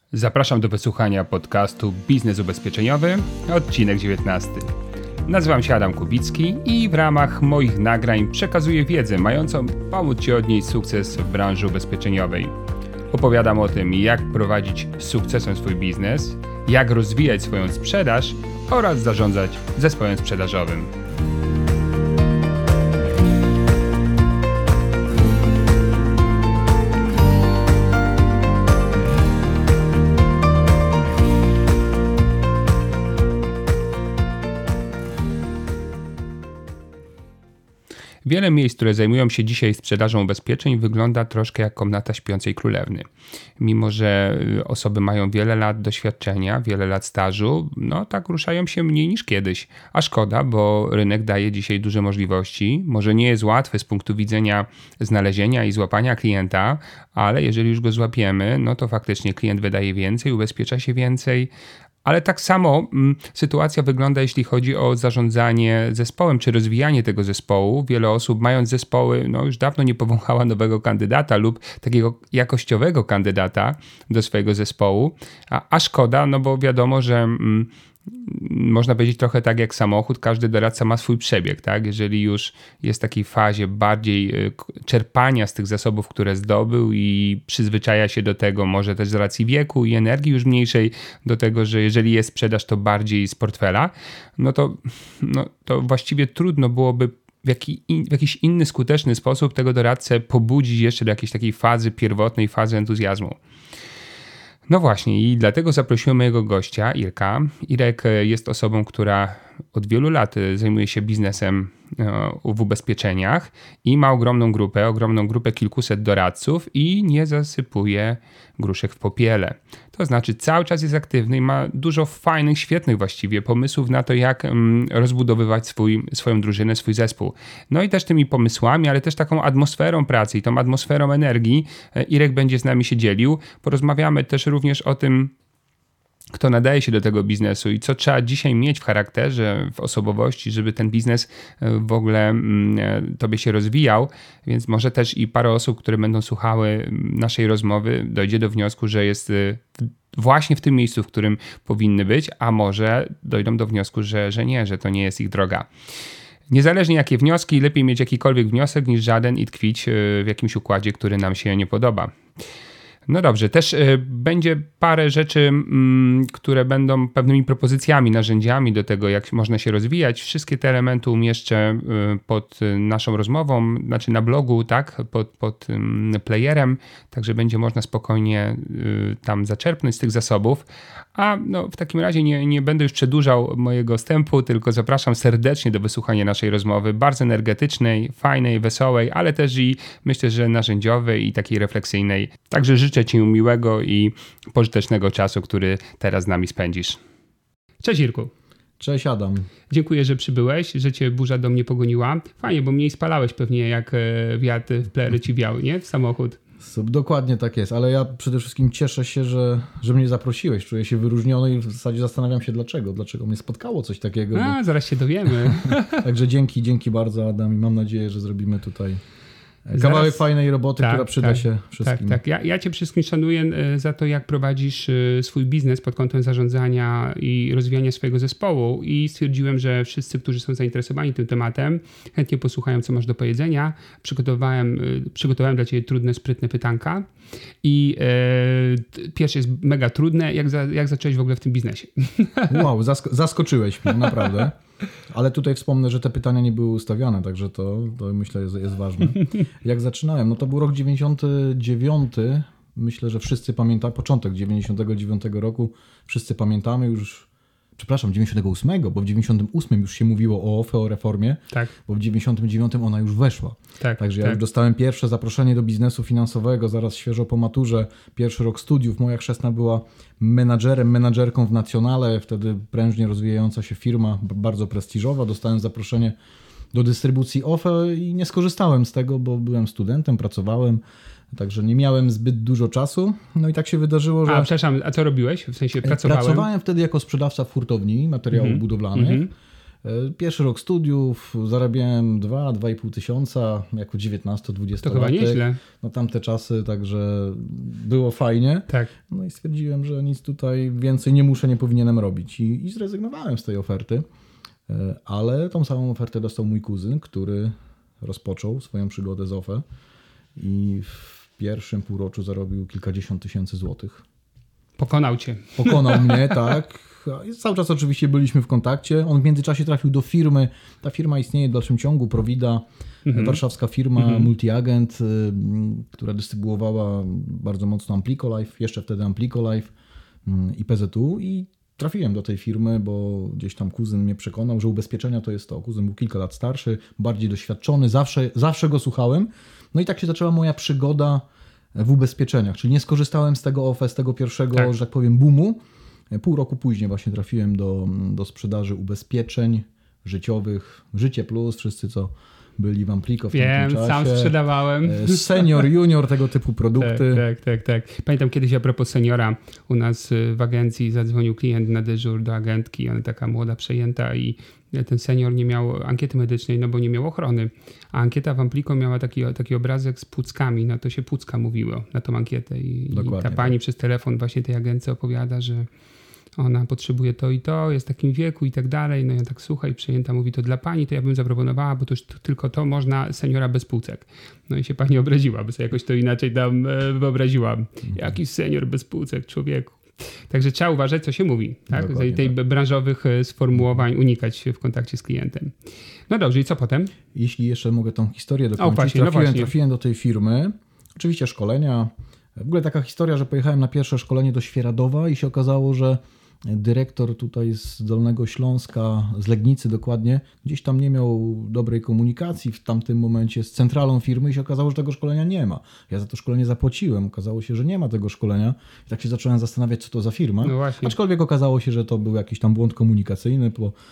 Zapraszam do wysłuchania podcastu Biznes Ubezpieczeniowy, odcinek 19. Nazywam się Adam Kubicki i w ramach moich nagrań przekazuję wiedzę mającą pomóc Ci odnieść sukces w branży ubezpieczeniowej. Opowiadam o tym, jak prowadzić z sukcesem swój biznes, jak rozwijać swoją sprzedaż oraz zarządzać zespołem sprzedażowym. Wiele miejsc, które zajmują się dzisiaj sprzedażą ubezpieczeń, wygląda troszkę jak komnata śpiącej królewny. Mimo że osoby mają wiele lat doświadczenia, wiele lat stażu, tak ruszają się mniej niż kiedyś. A szkoda, bo rynek daje dzisiaj duże możliwości. Może nie jest łatwy z punktu widzenia znalezienia i złapania klienta, ale jeżeli już go złapiemy, to faktycznie klient wydaje więcej, ubezpiecza się więcej. Ale tak samo sytuacja wygląda, jeśli chodzi o zarządzanie zespołem, czy rozwijanie tego zespołu. Wiele osób, mając zespoły, już dawno nie powąchała nowego kandydata lub takiego jakościowego kandydata do swojego zespołu. A szkoda, bo wiadomo, że można powiedzieć trochę tak jak samochód, każdy doradca ma swój przebieg, tak? Jeżeli już jest w takiej fazie bardziej czerpania z tych zasobów, które zdobył i przyzwyczaja się do tego, może też z racji wieku i energii już mniejszej, do tego, że jeżeli jest sprzedaż, to bardziej z portfela, to właściwie trudno byłoby w jakiś inny, skuteczny sposób tego doradcę pobudzić jeszcze do jakiejś takiej fazy pierwotnej, fazy entuzjazmu. No właśnie i dlatego zaprosiłem mojego gościa, Irka. Irek jest osobą, która od wielu lat zajmuje się biznesem w ubezpieczeniach i ma ogromną grupę kilkuset doradców i nie zasypuje gruszek w popiele. To znaczy cały czas jest aktywny i ma dużo fajnych, świetnych właściwie pomysłów na to, jak rozbudowywać swoją drużynę, swój zespół. No i też tymi pomysłami, ale też taką atmosferą pracy i tą atmosferą energii Irek będzie z nami się dzielił. Porozmawiamy też również o tym, kto nadaje się do tego biznesu i co trzeba dzisiaj mieć w charakterze, w osobowości, żeby ten biznes w ogóle tobie się rozwijał, więc może też i parę osób, które będą słuchały naszej rozmowy, dojdzie do wniosku, że jest właśnie w tym miejscu, w którym powinny być, a może dojdą do wniosku, że nie, że to nie jest ich droga. Niezależnie jakie wnioski, lepiej mieć jakikolwiek wniosek niż żaden i tkwić w jakimś układzie, który nam się nie podoba. No dobrze, też będzie parę rzeczy, które będą pewnymi propozycjami, narzędziami do tego, jak można się rozwijać. Wszystkie te elementy umieszczę pod naszą rozmową, znaczy na blogu, tak, pod playerem, także będzie można spokojnie tam zaczerpnąć z tych zasobów. A w takim razie nie będę już przedłużał mojego wstępu, tylko zapraszam serdecznie do wysłuchania naszej rozmowy, bardzo energetycznej, fajnej, wesołej, ale też i myślę, że narzędziowej i takiej refleksyjnej. Także życzę Ci miłego i pożytecznego czasu, który teraz z nami spędzisz. Cześć Irku. Cześć Adam. Dziękuję, że przybyłeś, że Cię burza do mnie pogoniła. Fajnie, bo mniej spalałeś pewnie jak wiatr w plery Ci wiał, nie? W samochód. Dokładnie tak jest, ale ja przede wszystkim cieszę się, że mnie zaprosiłeś. Czuję się wyróżniony i w zasadzie zastanawiam się dlaczego mnie spotkało coś takiego. Zaraz się dowiemy. Także dzięki bardzo Adam i mam nadzieję, że zrobimy tutaj kawałek fajnej roboty, która przyda się wszystkim. Tak. Ja Cię wszystkim szanuję za to, jak prowadzisz swój biznes pod kątem zarządzania i rozwijania swojego zespołu i stwierdziłem, że wszyscy, którzy są zainteresowani tym tematem, chętnie posłuchają, co masz do powiedzenia. Przygotowałem dla Ciebie trudne, sprytne pytanka i pierwsze jest mega trudne. Jak zacząłeś w ogóle w tym biznesie? Wow, zaskoczyłeś mnie, naprawdę. Ale tutaj wspomnę, że te pytania nie były ustawione, także to myślę jest ważne. Jak zaczynałem, to był rok 99, myślę, że wszyscy pamiętają, początek 99 roku, wszyscy pamiętamy już, 98, bo w 98 już się mówiło o OFE, o reformie, bo w 99 ona już weszła. Także ja już dostałem pierwsze zaproszenie do biznesu finansowego, zaraz świeżo po maturze, pierwszy rok studiów. Moja chrzestna była menadżerką w Nacjonale, wtedy prężnie rozwijająca się firma, bardzo prestiżowa. Dostałem zaproszenie do dystrybucji OFE i nie skorzystałem z tego, bo byłem studentem, pracowałem. Także nie miałem zbyt dużo czasu. No i tak się wydarzyło, że... A co robiłeś? W sensie pracowałem? Pracowałem wtedy jako sprzedawca w hurtowni materiałów budowlanych. Pierwszy rok studiów, zarabiałem 2,5 tysiąca jako 19-20-latek. To chyba nieźle. No tamte czasy, także było fajnie. Tak. No i stwierdziłem, że nic tutaj więcej nie powinienem robić. I zrezygnowałem z tej oferty. Ale tą samą ofertę dostał mój kuzyn, który rozpoczął swoją przygodę z OFE i w pierwszym półroczu zarobił kilkadziesiąt tysięcy złotych. Pokonał cię. Pokonał mnie, tak. Cały czas oczywiście byliśmy w kontakcie. On w międzyczasie trafił do firmy. Ta firma istnieje w dalszym ciągu, Provida, warszawska firma Multiagent, która dystrybuowała bardzo mocno Amplicolife, jeszcze wtedy Amplicolife i PZU i trafiłem do tej firmy, bo gdzieś tam kuzyn mnie przekonał, że ubezpieczenia to jest to. Kuzyn był kilka lat starszy, bardziej doświadczony, zawsze go słuchałem. No i tak się zaczęła moja przygoda w ubezpieczeniach, czyli nie skorzystałem z tego OFE, z tego pierwszego, że tak powiem, boomu. Pół roku później właśnie trafiłem do sprzedaży ubezpieczeń życiowych, Życie Plus, wszyscy co byli w Amplico w tamtym czasie. Sam sprzedawałem. Senior, junior, tego typu produkty. Tak. Pamiętam kiedyś a propos seniora, u nas w agencji zadzwonił klient na dyżur do agentki, ona taka młoda, przejęta i ten senior nie miał ankiety medycznej, no bo nie miał ochrony. A ankieta w Amplico miała taki obrazek z płuckami, no to się płucka mówiło na tą ankietę. I ta pani przez telefon właśnie tej agencji opowiada, że ona potrzebuje to i to, jest w takim wieku i tak dalej. No ja tak słuchaj, przejęta mówi, to dla pani to ja bym zaproponowała, bo to już tylko to można seniora bez płucek. No i się pani obraziła, by sobie jakoś to inaczej tam wyobraziła. Jakiś senior bez płucek, człowieku. Także trzeba uważać, co się mówi. Tak? Tej branżowych sformułowań unikać w kontakcie z klientem. No dobrze, i co potem? Jeśli jeszcze mogę tą historię dokończyć. Trafiłem do tej firmy. Oczywiście szkolenia. W ogóle taka historia, że pojechałem na pierwsze szkolenie do Świeradowa i się okazało, że dyrektor tutaj z Dolnego Śląska, z Legnicy dokładnie, gdzieś tam nie miał dobrej komunikacji w tamtym momencie z centralą firmy i się okazało, że tego szkolenia nie ma. Ja za to szkolenie zapłaciłem, okazało się, że nie ma tego szkolenia i tak się zacząłem zastanawiać, co to za firma. No właśnie. Aczkolwiek okazało się, że to był jakiś tam błąd komunikacyjny,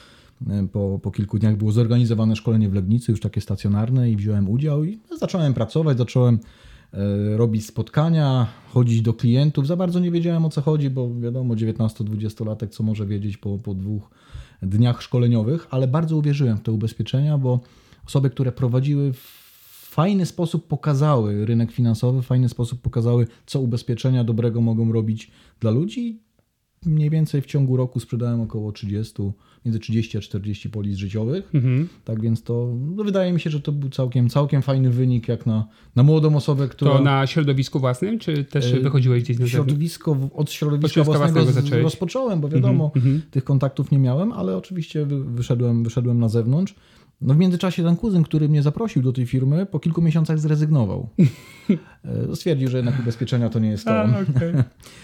po kilku dniach było zorganizowane szkolenie w Legnicy, już takie stacjonarne i wziąłem udział i zacząłem pracować, zacząłem robić spotkania, chodzić do klientów. Za bardzo nie wiedziałem, o co chodzi, bo wiadomo, 19-20-latek co może wiedzieć po 2 dniach szkoleniowych, ale bardzo uwierzyłem w te ubezpieczenia, bo osoby, które prowadziły w fajny sposób pokazały rynek finansowy, w fajny sposób pokazały, co ubezpieczenia dobrego mogą robić dla ludzi. Mniej więcej w ciągu roku sprzedałem około między 30 a 40 polis życiowych. Tak więc to wydaje mi się, że to był całkiem fajny wynik jak na młodą osobę, która... To na środowisku własnym, czy też wychodziłeś gdzieś na zewnątrz? Od środowiska własnego rozpocząłem, bo wiadomo, tych kontaktów nie miałem, ale oczywiście wyszedłem na zewnątrz. No w międzyczasie ten kuzyn, który mnie zaprosił do tej firmy, po kilku miesiącach zrezygnował. Stwierdził, że jednak ubezpieczenia to nie jest to. Okay.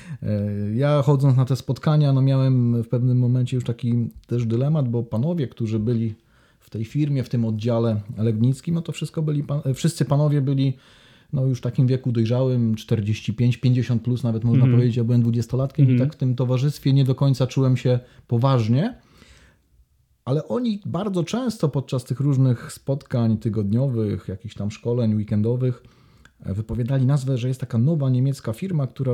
Ja chodząc na te spotkania, no miałem w pewnym momencie już taki też dylemat, bo panowie, którzy byli w tej firmie, w tym oddziale legnickim, no to wszyscy panowie byli no już w takim wieku dojrzałym, 45, 50 plus nawet można powiedzieć, ja byłem 20-latkiem i tak w tym towarzystwie nie do końca czułem się poważnie. Ale oni bardzo często podczas tych różnych spotkań tygodniowych, jakichś tam szkoleń weekendowych wypowiadali nazwę, że jest taka nowa niemiecka firma, która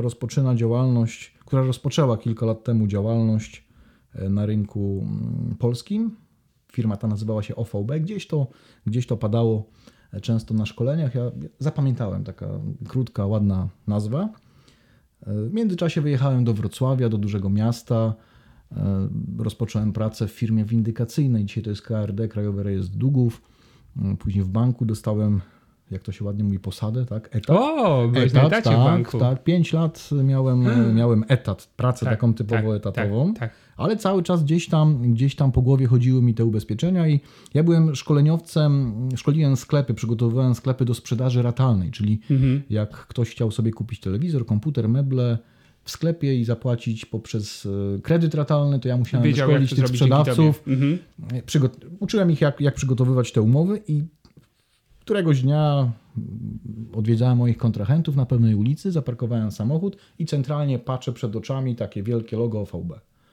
rozpoczęła kilka lat temu działalność na rynku polskim. Firma ta nazywała się OVB. Gdzieś to padało często na szkoleniach. Ja zapamiętałem, taka krótka, ładna nazwa. W międzyczasie wyjechałem do Wrocławia, do dużego miasta. Rozpocząłem pracę w firmie windykacyjnej. Dzisiaj to jest KRD, Krajowy Rejestr Długów. Później w banku dostałem, jak to się ładnie mówi, posadę, tak? Etat. O, byłeś na etacie w banku. Tak, 5 lat miałem etat, pracę taką typowo etatową, tak. Ale cały czas gdzieś tam po głowie chodziły mi te ubezpieczenia i ja byłem szkoleniowcem, szkoliłem sklepy, przygotowywałem sklepy do sprzedaży ratalnej, czyli jak ktoś chciał sobie kupić telewizor, komputer, meble w sklepie i zapłacić poprzez kredyt ratalny, to ja musiałem szkolić tych sprzedawców. Uczyłem ich, jak przygotowywać te umowy i któregoś dnia odwiedzałem moich kontrahentów na pewnej ulicy, zaparkowałem samochód i centralnie patrzę przed oczami takie wielkie logo OVB.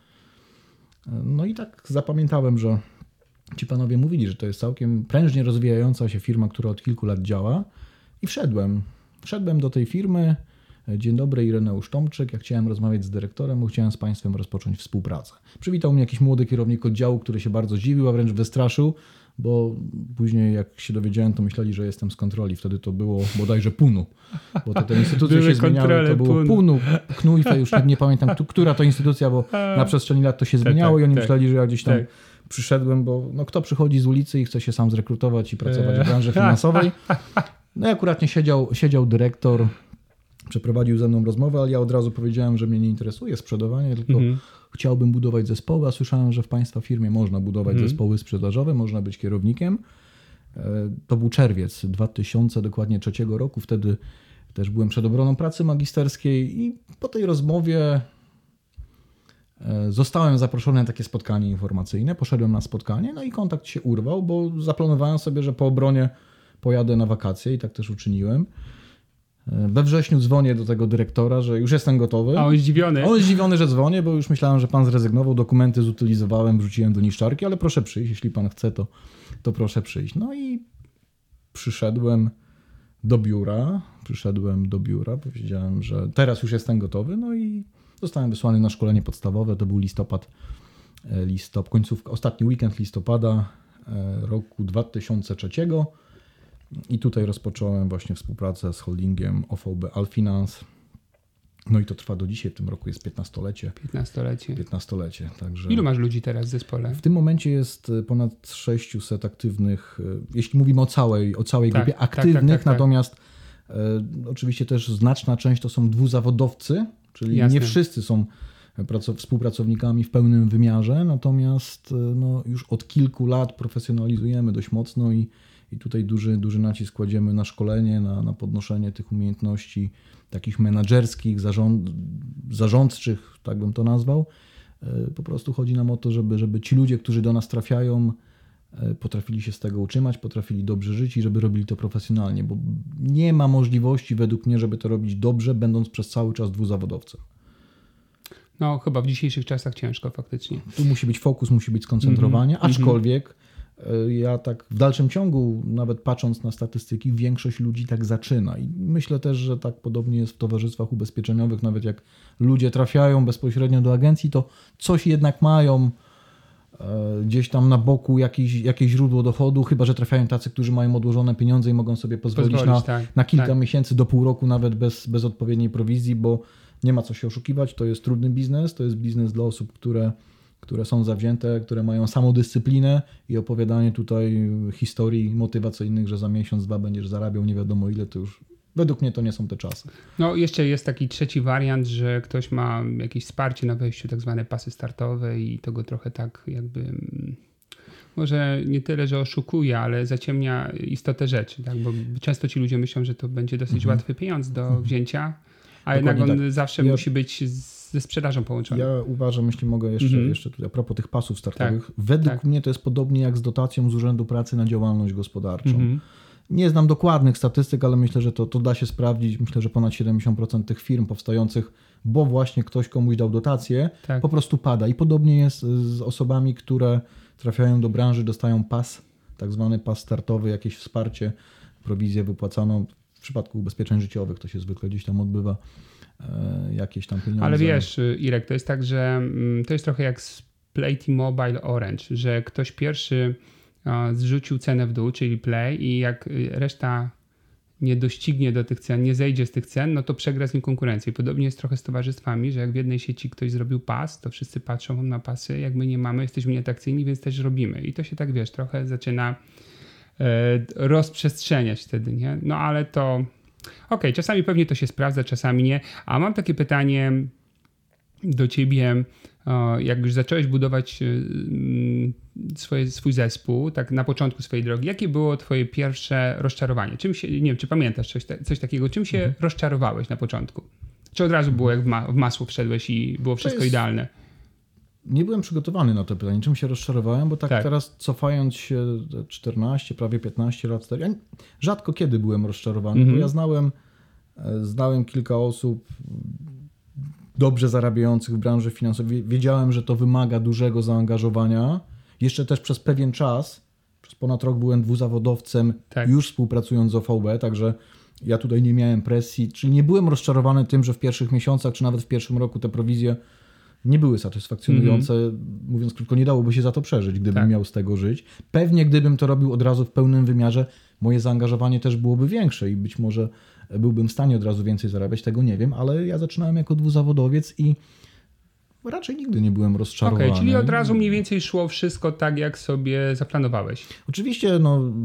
No i tak zapamiętałem, że ci panowie mówili, że to jest całkiem prężnie rozwijająca się firma, która od kilku lat działa i wszedłem do tej firmy. Dzień dobry, Ireneusz Tomczyk. Ja chciałem rozmawiać z dyrektorem, bo chciałem z Państwem rozpocząć współpracę. Przywitał mnie jakiś młody kierownik oddziału, który się bardzo zdziwił, a wręcz wystraszył, bo później jak się dowiedziałem, to myśleli, że jestem z kontroli. Wtedy to było bodajże PUN-u, bo te instytucje się zmieniały. To było PUN-u, KNUIFE, już nie pamiętam, która to instytucja, bo na przestrzeni lat to się zmieniało i oni myśleli, że ja gdzieś tam przyszedłem, bo kto przychodzi z ulicy i chce się sam zrekrutować i pracować w branży finansowej. No i akuratnie siedział dyrektor, przeprowadził ze mną rozmowę, ale ja od razu powiedziałem, że mnie nie interesuje sprzedawanie, tylko chciałbym budować zespoły, a słyszałem, że w Państwa firmie można budować zespoły sprzedażowe, można być kierownikiem. To był czerwiec 2003 roku, wtedy też byłem przed obroną pracy magisterskiej i po tej rozmowie zostałem zaproszony na takie spotkanie informacyjne, poszedłem na spotkanie, no i kontakt się urwał, bo zaplanowałem sobie, że po obronie pojadę na wakacje i tak też uczyniłem. We wrześniu dzwonię do tego dyrektora, że już jestem gotowy. A on zdziwiony? On zdziwiony, że dzwonię, bo już myślałem, że pan zrezygnował, dokumenty zutylizowałem, wrzuciłem do niszczarki, ale proszę przyjść, jeśli pan chce, to proszę przyjść. No i przyszedłem do biura, powiedziałem, że teraz już jestem gotowy, no i zostałem wysłany na szkolenie podstawowe, to był listopad, końcówka, ostatni weekend listopada roku 2003. I tutaj rozpocząłem właśnie współpracę z holdingiem OVB Alfinans. No i to trwa do dzisiaj, w tym roku jest 15-lecie. 15-lecie. Także ilu masz ludzi teraz w zespole? W tym momencie jest ponad 600 aktywnych, jeśli mówimy o całej grupie aktywnych, natomiast oczywiście też znaczna część to są dwuzawodowcy, czyli nie wszyscy są współpracownikami w pełnym wymiarze, natomiast już od kilku lat profesjonalizujemy dość mocno i tutaj duży nacisk kładziemy na szkolenie, na podnoszenie tych umiejętności takich menadżerskich, zarządczych, tak bym to nazwał. Po prostu chodzi nam o to, żeby ci ludzie, którzy do nas trafiają, potrafili się z tego utrzymać, potrafili dobrze żyć i żeby robili to profesjonalnie, bo nie ma możliwości według mnie, żeby to robić dobrze, będąc przez cały czas dwuzawodowcem. No chyba w dzisiejszych czasach ciężko faktycznie. Tu musi być fokus, musi być skoncentrowanie, aczkolwiek ja tak w dalszym ciągu, nawet patrząc na statystyki, większość ludzi tak zaczyna i myślę też, że tak podobnie jest w towarzystwach ubezpieczeniowych, nawet jak ludzie trafiają bezpośrednio do agencji, to coś jednak mają gdzieś tam na boku jakieś źródło dochodu, chyba że trafiają tacy, którzy mają odłożone pieniądze i mogą sobie pozwolić na kilka miesięcy do pół roku nawet bez odpowiedniej prowizji, bo nie ma co się oszukiwać, to jest trudny biznes, to jest biznes dla osób, które są zawzięte, które mają samodyscyplinę i opowiadanie tutaj historii motywacyjnych, że za miesiąc, dwa będziesz zarabiał nie wiadomo ile, to już według mnie to nie są te czasy. No jeszcze jest taki trzeci wariant, że ktoś ma jakieś wsparcie na wejściu, tak zwane pasy startowe i to go trochę tak jakby może nie tyle, że oszukuje, ale zaciemnia istotę rzeczy, tak? Bo często ci ludzie myślą, że to będzie dosyć łatwy pieniądz do wzięcia, a jednak on zawsze musi być ze sprzedażą połączony. Ja uważam, jeśli mogę jeszcze tutaj, a propos tych pasów startowych, według mnie to jest podobnie jak z dotacją z Urzędu Pracy na działalność gospodarczą. Nie znam dokładnych statystyk, ale myślę, że to da się sprawdzić. Myślę, że ponad 70% tych firm powstających, bo właśnie ktoś komuś dał dotację, po prostu pada. I podobnie jest z osobami, które trafiają do branży, dostają pas, tak zwany pas startowy, jakieś wsparcie, prowizję wypłacaną. W przypadku ubezpieczeń życiowych to się zwykle gdzieś tam odbywa, jakieś tam pieniądze. Ale wiesz, Irek, to jest tak, że to jest trochę jak z Play T-Mobile Orange, że ktoś pierwszy zrzucił cenę w dół, czyli Play, i jak reszta nie doścignie do tych cen, nie zejdzie z tych cen, no to przegra z nim konkurencję. Podobnie jest trochę z towarzystwami, że jak w jednej sieci ktoś zrobił pas, to wszyscy patrzą na pasy, jak my nie mamy, jesteśmy nieatrakcyjni, więc też robimy. I to się tak, wiesz, trochę zaczyna rozprzestrzeniać wtedy, nie? No ale to okej, czasami pewnie to się sprawdza, czasami nie. A mam takie pytanie do ciebie, jak już zacząłeś budować swój zespół, tak na początku swojej drogi, jakie było twoje pierwsze rozczarowanie? Czym się, nie wiem, czy pamiętasz coś takiego, czym się rozczarowałeś na początku? Czy od razu było jak w masło wszedłeś i było wszystko idealne? Nie byłem przygotowany na to pytanie, czym się rozczarowałem, bo tak teraz cofając się 14, prawie 15 lat stary, ja rzadko kiedy byłem rozczarowany, bo ja znałem kilka osób dobrze zarabiających w branży finansowej. Wiedziałem, że to wymaga dużego zaangażowania. Jeszcze też przez pewien czas, przez ponad rok byłem dwuzawodowcem, już współpracując z OVB, także Ja tutaj nie miałem presji, czyli nie byłem rozczarowany tym, że w pierwszych miesiącach, czy nawet w pierwszym roku te prowizje nie były satysfakcjonujące. Mówiąc krótko, nie dałoby się za to przeżyć, gdybym miał z tego żyć. Pewnie gdybym to robił od razu w pełnym wymiarze, moje zaangażowanie też byłoby większe i być może byłbym w stanie od razu więcej zarabiać, tego nie wiem, ale ja zaczynałem jako dwuzawodowiec i raczej nigdy nie byłem rozczarowany. Okej, czyli od razu mniej więcej szło wszystko tak, jak sobie zaplanowałeś. Oczywiście,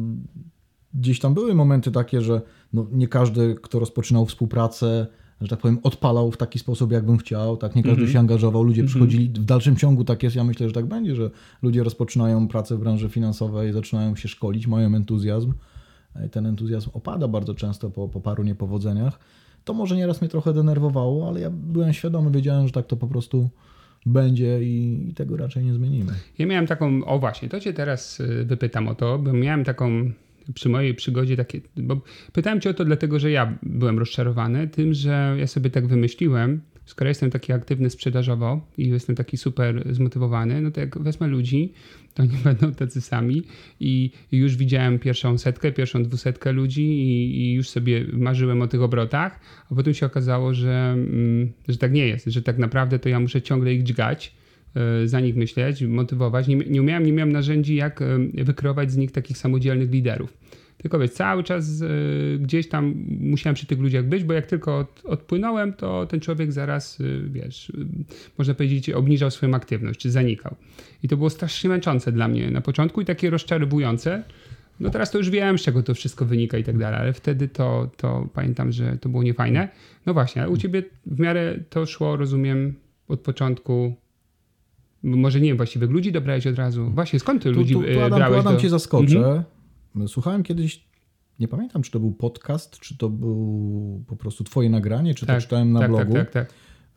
gdzieś tam były momenty takie, że nie każdy, kto rozpoczynał współpracę, że tak powiem, odpalał w taki sposób, jakbym chciał, tak, nie każdy się angażował, ludzie przychodzili, w dalszym ciągu tak jest, ja myślę, że tak będzie, że ludzie rozpoczynają pracę w branży finansowej, zaczynają się szkolić, mają entuzjazm, ten entuzjazm opada bardzo często po paru niepowodzeniach. To może nieraz mnie trochę denerwowało, ale ja byłem świadomy, wiedziałem, że tak to po prostu będzie i tego raczej nie zmienimy. Ja miałem taką, właśnie, to cię teraz wypytam o to, bo miałem taką przy mojej przygodzie takie, bo pytałem cię o to dlatego, że ja byłem rozczarowany tym, że ja sobie tak wymyśliłem, skoro jestem taki aktywny sprzedażowo i jestem taki super zmotywowany, no to jak wezmę ludzi, to oni będą tacy sami i już widziałem pierwszą 100, pierwszą 200 ludzi i już sobie marzyłem o tych obrotach, a potem się okazało, że tak nie jest, że tak naprawdę to ja muszę ciągle ich dźgać, za nich myśleć, motywować. Nie miałem narzędzi, jak wykreować z nich takich samodzielnych liderów. Tylko wiesz, cały czas gdzieś tam musiałem przy tych ludziach być, bo jak tylko odpłynąłem, to ten człowiek zaraz, wiesz, można powiedzieć, obniżał swoją aktywność, czy zanikał. I to było strasznie męczące dla mnie na początku i takie rozczarowujące. No teraz to już wiem, z czego to wszystko wynika i tak dalej, ale wtedy to pamiętam, że to było niefajne. No właśnie, ale u ciebie w miarę to szło, rozumiem, od początku. Może nie wiem, właściwych ludzi dobrałeś od razu. Właśnie, skąd ty ludzi brałeś? Adam cię zaskoczę. Słuchałem kiedyś, nie pamiętam, czy to był podcast, czy to był po prostu twoje nagranie, czy to czytałem na blogu. Tak.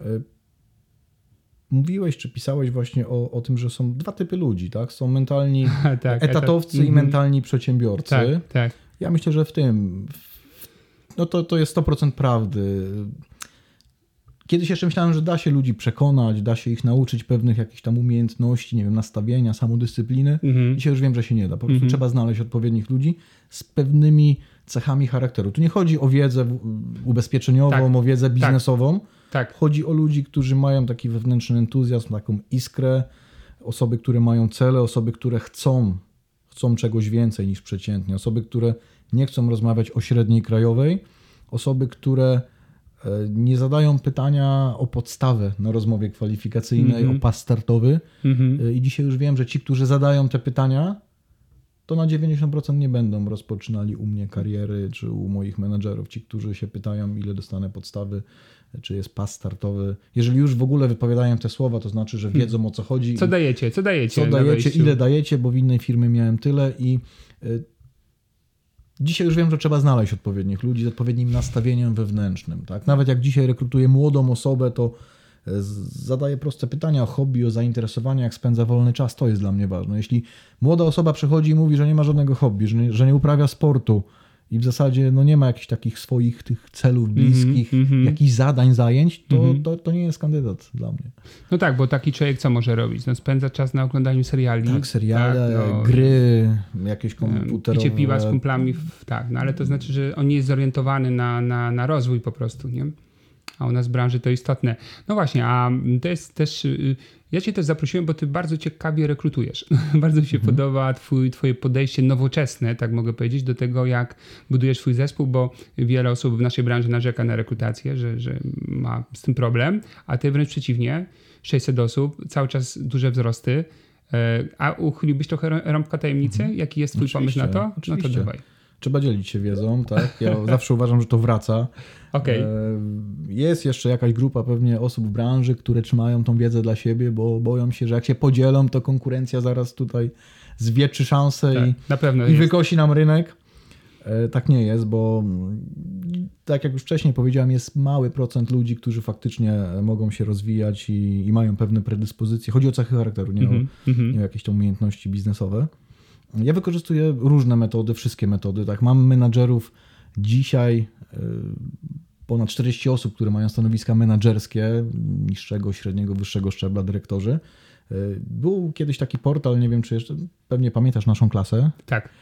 Mówiłeś, czy pisałeś właśnie o tym, że są dwa typy ludzi, tak? Są mentalni etatowcy i mentalni przedsiębiorcy. Tak. Ja myślę, że w tym, to jest 100% prawdy. Kiedyś jeszcze myślałem, że da się ludzi przekonać, da się ich nauczyć pewnych jakichś tam umiejętności, nie wiem, nastawienia, samodyscypliny. Dzisiaj już wiem, że się nie da. Po prostu trzeba znaleźć odpowiednich ludzi z pewnymi cechami charakteru. Tu nie chodzi o wiedzę ubezpieczeniową, o wiedzę biznesową. Tak. Chodzi o ludzi, którzy mają taki wewnętrzny entuzjazm, taką iskrę, osoby, które mają cele, osoby, które chcą czegoś więcej niż przeciętnie, osoby, które nie chcą rozmawiać o średniej krajowej, osoby, które nie zadają pytania o podstawę na rozmowie kwalifikacyjnej, o pas startowy. I dzisiaj już wiem, że ci, którzy zadają te pytania, to na 90% nie będą rozpoczynali u mnie kariery, czy u moich menedżerów. Ci, którzy się pytają, ile dostanę podstawy, czy jest pas startowy. Jeżeli już w ogóle wypowiadają te słowa, to znaczy, że wiedzą, o co chodzi. Co dajecie, ile dajecie, bo w innej firmie miałem tyle i dzisiaj już wiem, że trzeba znaleźć odpowiednich ludzi z odpowiednim nastawieniem wewnętrznym. Tak? Nawet jak dzisiaj rekrutuję młodą osobę, to zadaję proste pytania o hobby, o zainteresowania, jak spędza wolny czas. To jest dla mnie ważne. Jeśli młoda osoba przychodzi i mówi, że nie ma żadnego hobby, że nie uprawia sportu i w zasadzie nie ma jakichś takich swoich tych celów bliskich, jakichś zadań, zajęć, to nie jest kandydat dla mnie. No tak, bo taki człowiek co może robić? Spędza czas na oglądaniu seriali. Tak, seriale, gry, jakieś komputerowe. Picie piwa z kumplami. Ale to znaczy, że on nie jest zorientowany na rozwój po prostu, nie? A u nas w branży to istotne. No właśnie, a to jest też... Ja cię też zaprosiłem, bo ty bardzo ciekawie rekrutujesz. Bardzo mi się podoba twoje podejście nowoczesne, tak mogę powiedzieć, do tego, jak budujesz swój zespół, bo wiele osób w naszej branży narzeka na rekrutację, że ma z tym problem, a ty wręcz przeciwnie, 600 osób, cały czas duże wzrosty. A uchyliłbyś trochę rąbka tajemnicy? Jaki jest twój pomysł na to? Oczywiście. No to dawaj. Trzeba dzielić się wiedzą, tak? Ja zawsze uważam, że to wraca. Okay. Jest jeszcze jakaś grupa pewnie osób w branży, które trzymają tą wiedzę dla siebie, bo boją się, że jak się podzielą, to konkurencja zaraz tutaj zwietrzy szansę i wykosi nam rynek. Tak nie jest, bo tak jak już wcześniej powiedziałem, jest mały procent ludzi, którzy faktycznie mogą się rozwijać i mają pewne predyspozycje. Chodzi o cechy charakteru, nie o jakieś tam umiejętności biznesowe. Ja wykorzystuję różne metody, wszystkie metody. Tak, mam menadżerów dzisiaj, ponad 40 osób, które mają stanowiska menadżerskie, niższego, średniego, wyższego szczebla, dyrektorzy. Był kiedyś taki portal, nie wiem czy jeszcze, pewnie pamiętasz naszą klasę. Tak.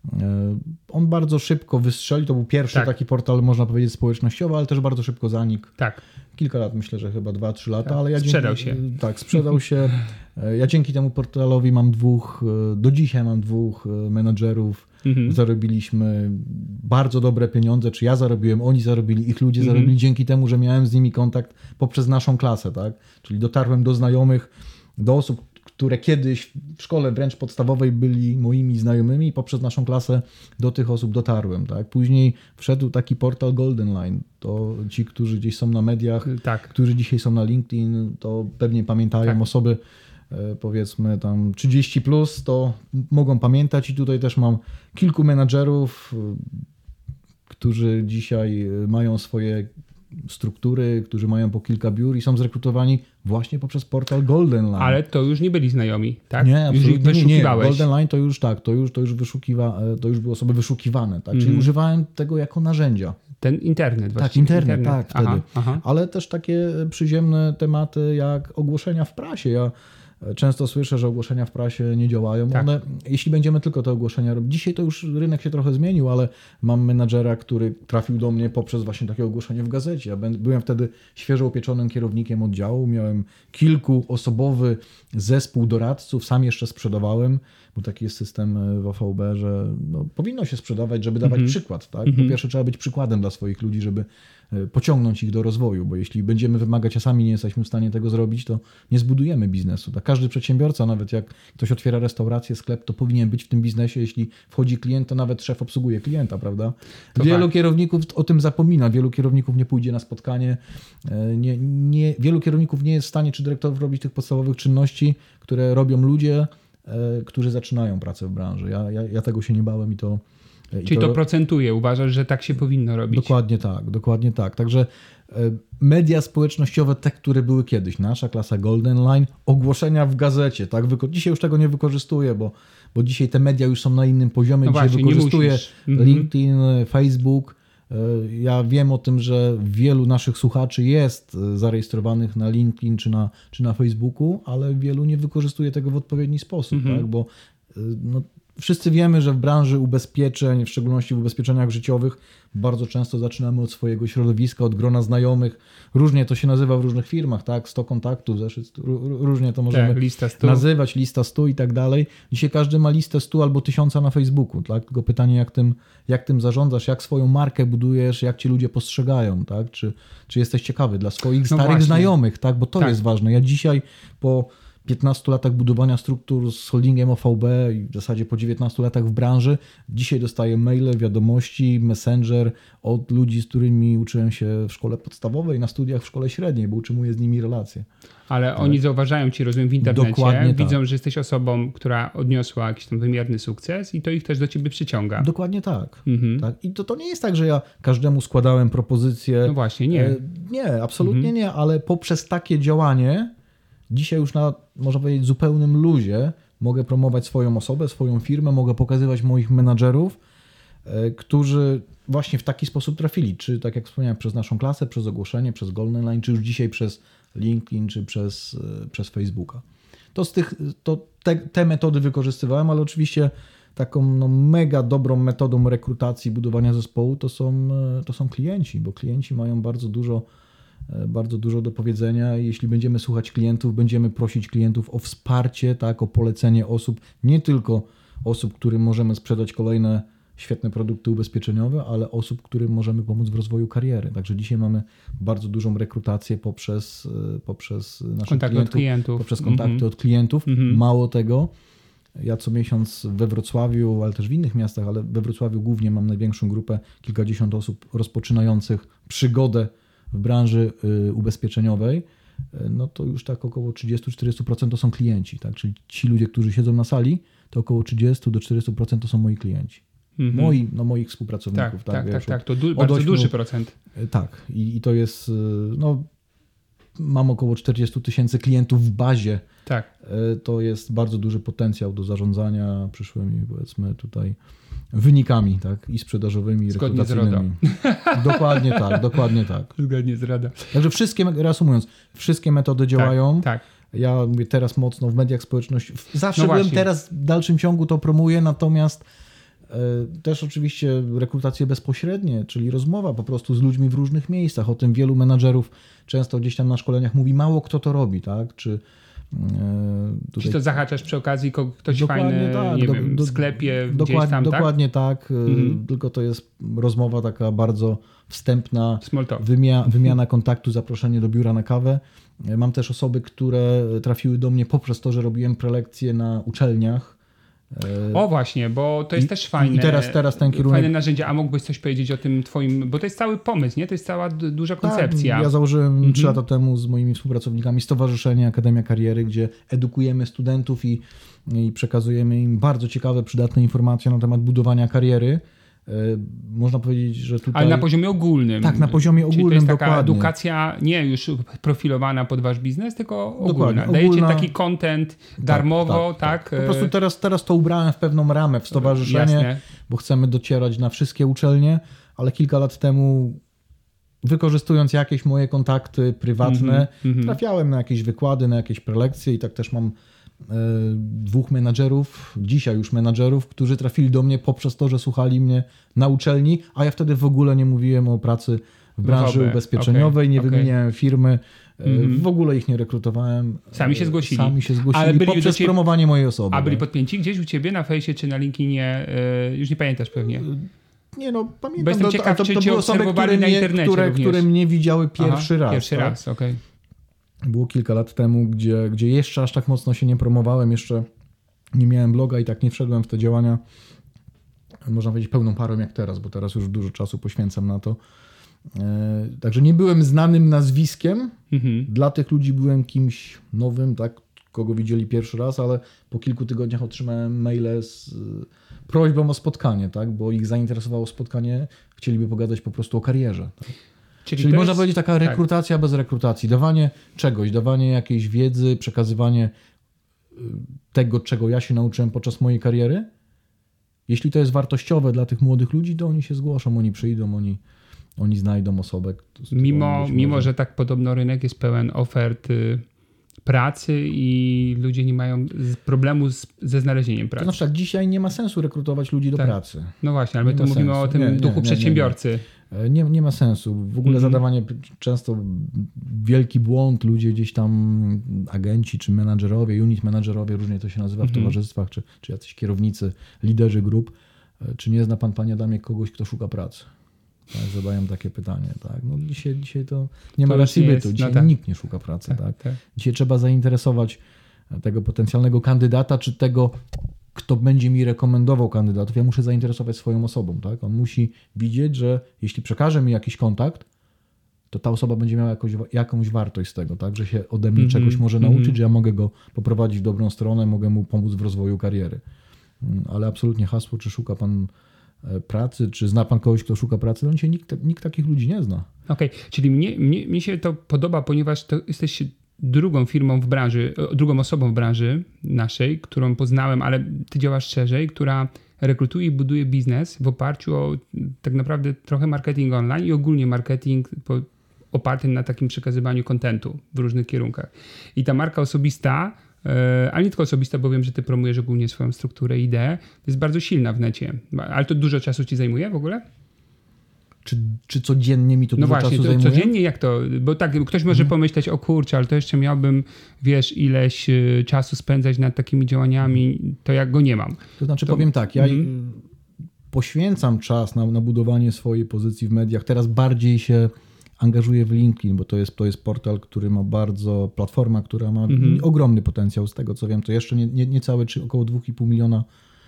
On bardzo szybko wystrzelił, to był pierwszy taki portal, można powiedzieć, społecznościowy, ale też bardzo szybko zanikł. Tak. Kilka lat, myślę, że chyba 2-3 lata, tak. ale ja sprzedał się. Tak, sprzedał się. Ja dzięki temu portalowi mam do dzisiaj mam 2 menadżerów. Zarobiliśmy bardzo dobre pieniądze, czy ja zarobiłem, oni zarobili, ich ludzie zarobili dzięki temu, że miałem z nimi kontakt poprzez naszą klasę, tak? Czyli dotarłem do znajomych, do osób, które kiedyś w szkole wręcz podstawowej byli moimi znajomymi i poprzez naszą klasę do tych osób dotarłem. Tak? Później wszedł taki portal Golden Line. To ci, którzy gdzieś są na mediach, którzy dzisiaj są na LinkedIn, to pewnie pamiętają osoby, powiedzmy tam 30+, to mogą pamiętać i tutaj też mam kilku menadżerów, którzy dzisiaj mają swoje struktury, którzy mają po kilka biur i są zrekrutowani właśnie poprzez portal Golden Line. Ale to już nie byli znajomi, tak? Nie, absolutnie już nie. Golden Line to już tak, to już były osoby wyszukiwane, tak? Czyli używałem tego jako narzędzia. Ten internet właściwie. Tak, internet. Tak, wtedy. Ale też takie przyziemne tematy jak ogłoszenia w prasie. Ja często słyszę, że ogłoszenia w prasie nie działają. Tak. One, jeśli będziemy tylko te ogłoszenia robić. Dzisiaj to już rynek się trochę zmienił, ale mam menadżera, który trafił do mnie poprzez właśnie takie ogłoszenie w gazecie. Ja byłem wtedy świeżo upieczonym kierownikiem oddziału. Miałem kilkuosobowy zespół doradców. Sam jeszcze sprzedawałem, bo taki jest system w OVB, że powinno się sprzedawać, żeby dawać przykład. Tak? Po pierwsze trzeba być przykładem dla swoich ludzi, żeby pociągnąć ich do rozwoju, bo jeśli będziemy wymagać, a sami nie jesteśmy w stanie tego zrobić, to nie zbudujemy biznesu. Tak? Każdy przedsiębiorca, nawet jak ktoś otwiera restaurację, sklep, to powinien być w tym biznesie. Jeśli wchodzi klient, to nawet szef obsługuje klienta, prawda? Wielu kierowników o tym zapomina. Wielu kierowników nie pójdzie na spotkanie. Wielu kierowników nie jest w stanie, czy dyrektorów robić tych podstawowych czynności, które robią ludzie, którzy zaczynają pracę w branży. Ja tego się nie bałem i to... Czyli to procentuje. Uważasz, że tak się powinno robić? Dokładnie tak. Także media społecznościowe, te, które były kiedyś, nasza klasa Golden Line, ogłoszenia w gazecie. Tak? Dzisiaj już tego nie wykorzystuję, bo dzisiaj te media już są na innym poziomie. Dzisiaj wykorzystuję LinkedIn, Facebook. Ja wiem o tym, że wielu naszych słuchaczy jest zarejestrowanych na LinkedIn czy na Facebooku, ale wielu nie wykorzystuje tego w odpowiedni sposób, tak? Bo wszyscy wiemy, że w branży ubezpieczeń, w szczególności w ubezpieczeniach życiowych, bardzo często zaczynamy od swojego środowiska, od grona znajomych. Różnie to się nazywa w różnych firmach, tak? 100 kontaktów, różnie to możemy nazywać, lista 100 i tak dalej. Dzisiaj każdy ma listę 100 albo 1000 na Facebooku, tak? Tylko pytanie, jak tym zarządzasz, jak swoją markę budujesz, jak ci ludzie postrzegają, tak? Czy jesteś ciekawy dla swoich starych znajomych, tak? Bo to jest ważne. Ja dzisiaj po 15 latach budowania struktur z holdingiem OVB i w zasadzie po 19 latach w branży, dzisiaj dostaję maile, wiadomości, messenger od ludzi, z którymi uczyłem się w szkole podstawowej, na studiach w szkole średniej, bo utrzymuję z nimi relacje. Ale oni zauważają cię, rozumiem, w internecie, widzą, że jesteś osobą, która odniosła jakiś tam wymierny sukces i to ich też do ciebie przyciąga. Dokładnie tak. Tak. I to nie jest tak, że ja każdemu składałem propozycje. No właśnie, nie. Nie, absolutnie nie, ale poprzez takie działanie dzisiaj już na, można powiedzieć, zupełnym luzie mogę promować swoją osobę, swoją firmę, mogę pokazywać moich menadżerów, którzy właśnie w taki sposób trafili. Czy tak jak wspomniałem, przez naszą klasę, przez ogłoszenie, przez Golden Line, czy już dzisiaj przez LinkedIn, czy przez Facebooka. Te metody wykorzystywałem, ale oczywiście taką mega dobrą metodą rekrutacji, budowania zespołu to są klienci, bo klienci mają bardzo dużo do powiedzenia. Jeśli będziemy słuchać klientów, będziemy prosić klientów o wsparcie, tak, o polecenie osób, nie tylko osób, którym możemy sprzedać kolejne świetne produkty ubezpieczeniowe, ale osób, którym możemy pomóc w rozwoju kariery. Także dzisiaj mamy bardzo dużą rekrutację poprzez naszych klientów, poprzez kontakty od klientów. Mało tego, ja co miesiąc we Wrocławiu, ale też w innych miastach, ale we Wrocławiu głównie mam największą grupę, kilkadziesiąt osób rozpoczynających przygodę w branży ubezpieczeniowej, no to już tak około 30-40% to są klienci. Tak? Czyli ci ludzie, którzy siedzą na sali, to około 30-40% to są moi klienci. Moich współpracowników. Tak. To bardzo duży procent. Tak. I to jest, mam około 40 000 klientów w bazie. Tak. To jest bardzo duży potencjał do zarządzania przyszłymi, powiedzmy tutaj, wynikami, tak, i sprzedażowymi, i rekrutacyjnymi. Dokładnie tak. Zgodnie z RODO. Także reasumując, wszystkie metody działają. Tak. Ja mówię teraz mocno w mediach społecznościowych. Zawsze byłem, teraz w dalszym ciągu to promuję, natomiast Też oczywiście rekrutacje bezpośrednie, czyli rozmowa po prostu z ludźmi w różnych miejscach. O tym wielu menadżerów często gdzieś tam na szkoleniach mówi, mało kto to robi, tak? Tutaj... Czy to zahaczasz przy okazji ktoś fajny, tak, nie wiem, w sklepie, gdzieś tam, dokładnie tak, tylko to jest rozmowa taka bardzo wstępna, wymiana kontaktu, zaproszenie do biura na kawę. Mam też osoby, które trafiły do mnie poprzez to, że robiłem prelekcje na uczelniach. O właśnie, bo to jest też fajne. I teraz ten kierunek... Fajne narzędzie. A mógłbyś coś powiedzieć o tym twoim... Bo to jest cały pomysł, nie? To jest cała duża koncepcja. Tak, ja założyłem 3 lata temu z moimi współpracownikami Stowarzyszenie Akademia Kariery, gdzie edukujemy studentów i przekazujemy im bardzo ciekawe, przydatne informacje na temat budowania kariery. Można powiedzieć, że tutaj... Ale na poziomie ogólnym. Tak, na poziomie ogólnym, czyli to jest taka dokładnie. edukacja nie już profilowana pod wasz biznes, tylko ogólna. Dajecie taki content darmowo, tak? Po prostu teraz to ubrałem w pewną ramę, w stowarzyszenie, Jasne. Bo chcemy docierać na wszystkie uczelnie, ale kilka lat temu, wykorzystując jakieś moje kontakty prywatne, trafiałem na jakieś wykłady, na jakieś prelekcje i tak też mam 2 menadżerów, dzisiaj już menadżerów, którzy trafili do mnie poprzez to, że słuchali mnie na uczelni, a ja wtedy w ogóle nie mówiłem o pracy w branży ubezpieczeniowej, nie wymieniałem firmy, w ogóle ich nie rekrutowałem. Sami się zgłosili. Ale byli poprzez promowanie mojej osoby. A byli podpięci gdzieś u ciebie na fejsie czy na LinkedInie? Już nie pamiętasz pewnie. Nie no, pamiętam. Bo jestem ciekaw, czy cię obserwowali na internecie które mnie widziały pierwszy raz. Pierwszy raz, okej. Było kilka lat temu, gdzie jeszcze aż tak mocno się nie promowałem, jeszcze nie miałem bloga i tak nie wszedłem w te działania, można powiedzieć, pełną parą jak teraz, bo teraz już dużo czasu poświęcam na to. Także nie byłem znanym nazwiskiem, dla tych ludzi byłem kimś nowym, tak, kogo widzieli pierwszy raz, ale po kilku tygodniach otrzymałem maile z prośbą o spotkanie, tak, bo ich zainteresowało spotkanie, chcieliby pogadać po prostu o karierze. Tak. Czyli można powiedzieć taka rekrutacja bez rekrutacji. Dawanie czegoś, dawanie jakiejś wiedzy, przekazywanie tego, czego ja się nauczyłem podczas mojej kariery. Jeśli to jest wartościowe dla tych młodych ludzi, to oni się zgłoszą, oni przyjdą, oni znajdą osobę. Mimo, że tak podobno rynek jest pełen ofert pracy i ludzie nie mają problemu ze znalezieniem pracy. To znaczy tak, dzisiaj nie ma sensu rekrutować ludzi do pracy. No właśnie, ale my tu mówimy o tym duchu przedsiębiorcy. Nie ma sensu. W ogóle zadawanie często wielki błąd, ludzie gdzieś tam, agenci czy menadżerowie, unit menadżerowie, różnie to się nazywa w towarzystwach, czy jacyś kierownicy, liderzy grup. Czy nie zna pan, panie Adamie, kogoś, kto szuka pracy? Tak, zadają takie pytanie. Tak? No dzisiaj to nie ma racji bytu. Dzisiaj nikt nie szuka pracy. Tak. Dzisiaj trzeba zainteresować tego potencjalnego kandydata, czy tego, kto będzie mi rekomendował kandydatów. Ja muszę zainteresować swoją osobą. Tak? On musi widzieć, że jeśli przekaże mi jakiś kontakt, to ta osoba będzie miała jakąś wartość z tego, tak? Że się ode mnie czegoś może nauczyć, że ja mogę go poprowadzić w dobrą stronę, mogę mu pomóc w rozwoju kariery. Ale absolutnie hasło, czy szuka pan pracy, czy zna pan kogoś, kto szuka pracy, no dzisiaj nikt takich ludzi nie zna. Okej, czyli mnie się to podoba, ponieważ to jesteś drugą firmą w branży, drugą osobą w branży naszej, którą poznałem, ale ty działasz szerzej, która rekrutuje i buduje biznes w oparciu o tak naprawdę trochę marketing online i ogólnie marketing oparty na takim przekazywaniu kontentu w różnych kierunkach. I ta marka osobista, ale nie tylko osobista, bo wiem, że ty promujesz ogólnie swoją strukturę i ideę, jest bardzo silna w necie. Ale to dużo czasu ci zajmuje w ogóle? Czy codziennie mi to dużo czasu zajmuje? No codziennie jak to? Bo tak, ktoś może pomyśleć, o kurczę, ale to jeszcze miałbym, ileś czasu spędzać nad takimi działaniami, to jak go nie mam. To znaczy powiem tak, ja poświęcam czas na budowanie swojej pozycji w mediach. Teraz bardziej się angażuję w LinkedIn, bo to jest portal, który ma platforma, która ma ogromny potencjał. Z tego co wiem, to jeszcze niecałe, czy około 2,5 miliona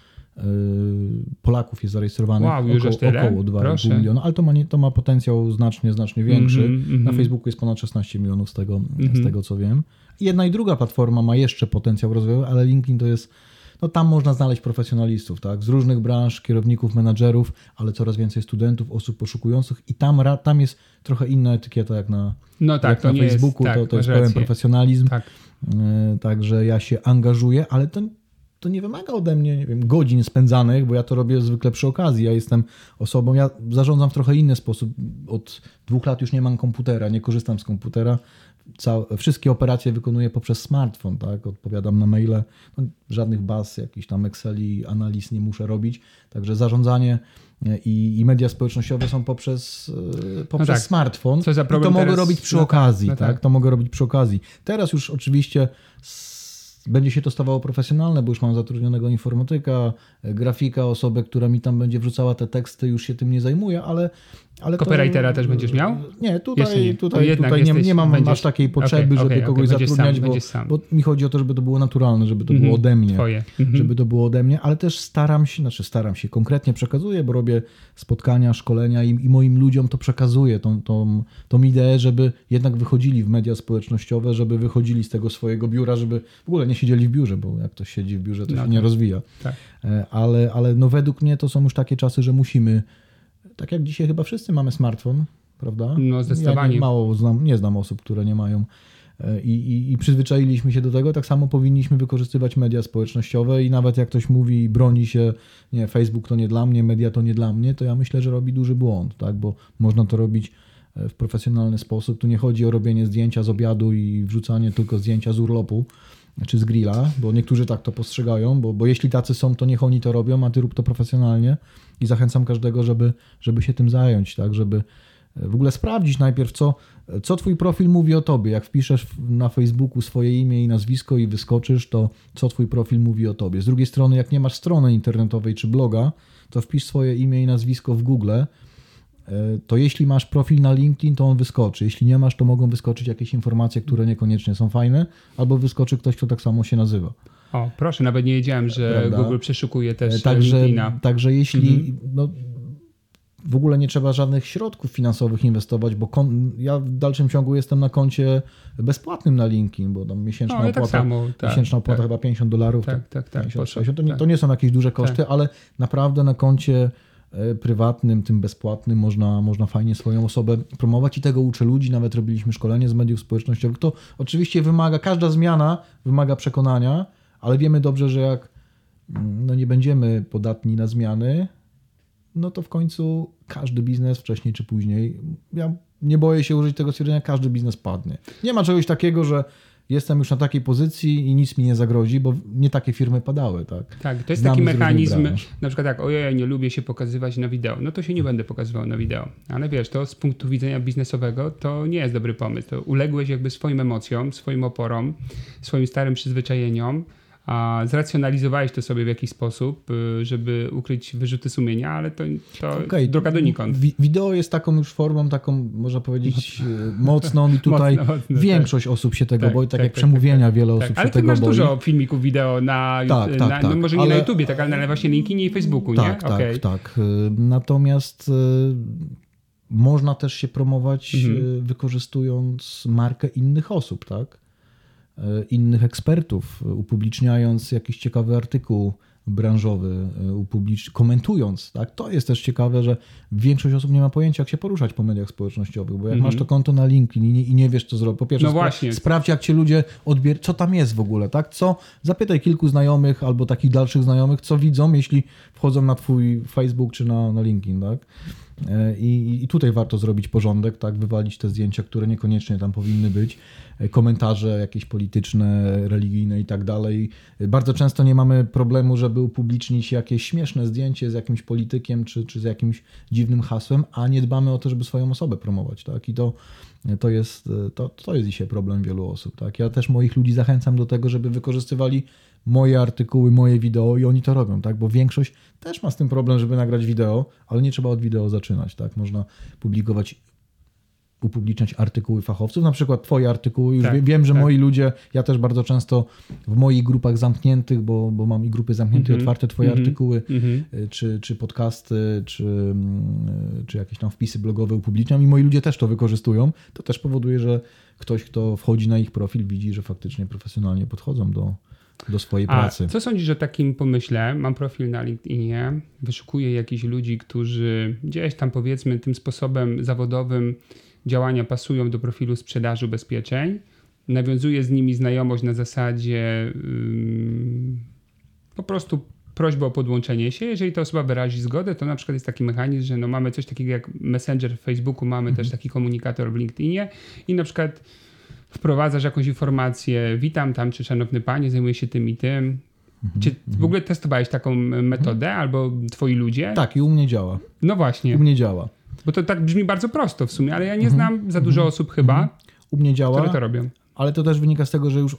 Polaków jest zarejestrowanych, około 2,5 miliona, ale to ma potencjał znacznie większy. Na Facebooku jest ponad 16 milionów z tego co wiem. Jedna i druga platforma ma jeszcze potencjał rozwoju, ale LinkedIn to jest, no tam można znaleźć profesjonalistów, tak, z różnych branż, kierowników, menadżerów, ale coraz więcej studentów, osób poszukujących i tam jest trochę inna etykieta jak na Facebooku, to jest pełen profesjonalizm. Tak. Także ja się angażuję, ale to nie wymaga ode mnie, nie wiem, godzin spędzanych, bo ja to robię zwykle przy okazji. Ja jestem osobą, ja zarządzam w trochę inny sposób. Od 2 lat już nie mam komputera, nie korzystam z komputera. wszystkie operacje wykonuję poprzez smartfon, tak? Odpowiadam na maile, no, żadnych baz, jakichś tam Exceli, analiz nie muszę robić, także zarządzanie i media społecznościowe są poprzez smartfon. Co za problem i to teraz? mogę robić przy okazji, tak? To mogę robić przy okazji. Teraz już oczywiście będzie się to stawało profesjonalne, bo już mam zatrudnionego informatyka, grafika, osobę, która mi tam będzie wrzucała te teksty, już się tym nie zajmuje, ale Copywritera też będziesz miał? Nie, tutaj nie mam aż takiej potrzeby, żeby kogoś zatrudniać, bo mi chodzi o to, żeby to było naturalne, żeby to było ode mnie. Żeby to było ode mnie, ale też staram się, konkretnie przekazuję, bo robię spotkania, szkolenia i moim ludziom to przekazuję, tą ideę, żeby jednak wychodzili w media społecznościowe, żeby wychodzili z tego swojego biura, żeby w ogóle nie siedzieli w biurze, bo jak ktoś siedzi w biurze, to się nie rozwija. Tak. Ale no według mnie to są już takie czasy, że musimy. Tak jak dzisiaj chyba wszyscy mamy smartfon, prawda? No zdecydowanie. Ja nie znam osób, które nie mają i przyzwyczailiśmy się do tego. Tak samo powinniśmy wykorzystywać media społecznościowe i nawet jak ktoś mówi i broni się, nie, Facebook to nie dla mnie, media to nie dla mnie, to ja myślę, że robi duży błąd, tak? Bo można to robić w profesjonalny sposób. Tu nie chodzi o robienie zdjęcia z obiadu i wrzucanie tylko zdjęcia z urlopu czy z grilla, bo niektórzy tak to postrzegają, bo jeśli tacy są, to niech oni to robią, a ty rób to profesjonalnie i zachęcam każdego, żeby się tym zająć, tak, żeby w ogóle sprawdzić najpierw, co twój profil mówi o tobie. Jak wpiszesz na Facebooku swoje imię i nazwisko i wyskoczysz, to co twój profil mówi o tobie. Z drugiej strony, jak nie masz strony internetowej czy bloga, to wpisz swoje imię i nazwisko w Google, to jeśli masz profil na LinkedIn, to on wyskoczy. Jeśli nie masz, to mogą wyskoczyć jakieś informacje, które niekoniecznie są fajne, albo wyskoczy ktoś, kto tak samo się nazywa. O, proszę, nawet nie wiedziałem, że Prawda? Google przeszukuje też LinkedIna. Także jeśli w ogóle nie trzeba żadnych środków finansowych inwestować, bo ja w dalszym ciągu jestem na koncie bezpłatnym na LinkedIn, bo tam miesięczna opłata chyba $50. To nie są jakieś duże koszty, ale naprawdę na koncie prywatnym, tym bezpłatnym można fajnie swoją osobę promować i tego uczę ludzi, nawet robiliśmy szkolenie z mediów społecznościowych. To oczywiście każda zmiana wymaga przekonania, ale wiemy dobrze, że jak nie będziemy podatni na zmiany, no to w końcu każdy biznes wcześniej czy później, ja nie boję się użyć tego stwierdzenia, każdy biznes padnie. Nie ma czegoś takiego, że jestem już na takiej pozycji i nic mi nie zagrozi, bo nie takie firmy padały. Tak, to jest taki mechanizm, na przykład tak, ojej, nie lubię się pokazywać na wideo, no to się nie będę pokazywał na wideo. Ale wiesz, to z punktu widzenia biznesowego to nie jest dobry pomysł. To uległeś jakby swoim emocjom, swoim oporom, swoim starym przyzwyczajeniom, a zracjonalizowałeś to sobie w jakiś sposób, żeby ukryć wyrzuty sumienia, ale to droga donikąd. Wideo jest taką już formą, taką można powiedzieć mocną i tutaj większość osób się tego boi, tak jak przemówienia wiele osób się tego boi. Ale ty masz dużo filmików wideo no może nie na YouTubie, ale na właśnie LinkedInie i Facebooku, nie? Tak. Natomiast można też się promować wykorzystując markę innych osób, tak? Innych ekspertów, upubliczniając jakiś ciekawy artykuł branżowy, komentując. Tak? To jest też ciekawe, że większość osób nie ma pojęcia, jak się poruszać po mediach społecznościowych, bo jak masz to konto na LinkedIn i nie wiesz, co zrobić. Po pierwsze, sprawdź, jak cię ludzie co tam jest w ogóle. Tak? Zapytaj kilku znajomych albo takich dalszych znajomych, co widzą, jeśli wchodzą na twój Facebook czy na LinkedIn. Tak? I tutaj warto zrobić porządek, tak, wywalić te zdjęcia, które niekoniecznie tam powinny być, komentarze jakieś polityczne, religijne i tak dalej. Bardzo często nie mamy problemu, żeby upublicznić jakieś śmieszne zdjęcie z jakimś politykiem czy z jakimś dziwnym hasłem, a nie dbamy o to, żeby swoją osobę promować. Tak? I to jest dzisiaj problem wielu osób. Tak? Ja też moich ludzi zachęcam do tego, żeby wykorzystywali moje artykuły, moje wideo i oni to robią, tak? Bo większość też ma z tym problem, żeby nagrać wideo, ale nie trzeba od wideo zaczynać. Tak? Można upubliczniać artykuły fachowców, na przykład twoje artykuły. Już wiem, że moi ludzie, ja też bardzo często w moich grupach zamkniętych, bo mam i grupy zamknięte i otwarte, twoje artykuły, czy podcasty, czy jakieś tam wpisy blogowe upubliczniam i moi ludzie też to wykorzystują. To też powoduje, że ktoś, kto wchodzi na ich profil, widzi, że faktycznie profesjonalnie podchodzą do swojej pracy. Co sądzisz o takim pomyśle? Mam profil na LinkedInie, wyszukuję jakichś ludzi, którzy gdzieś tam powiedzmy tym sposobem zawodowym działania pasują do profilu sprzedaży ubezpieczeń. Nawiązuję z nimi znajomość na zasadzie po prostu prośbę o podłączenie się. Jeżeli ta osoba wyrazi zgodę, to na przykład jest taki mechanizm, że mamy coś takiego jak Messenger w Facebooku, mamy też taki komunikator w LinkedInie i na przykład wprowadzasz jakąś informację, witam tam, czy szanowny panie, zajmuję się tym i tym. Czy w ogóle testowałeś taką metodę albo twoi ludzie? Tak, i u mnie działa. No właśnie. U mnie działa. Bo to tak brzmi bardzo prosto w sumie, ale ja nie znam za dużo osób chyba, U mnie działa, które to robią. ale to też wynika z tego, że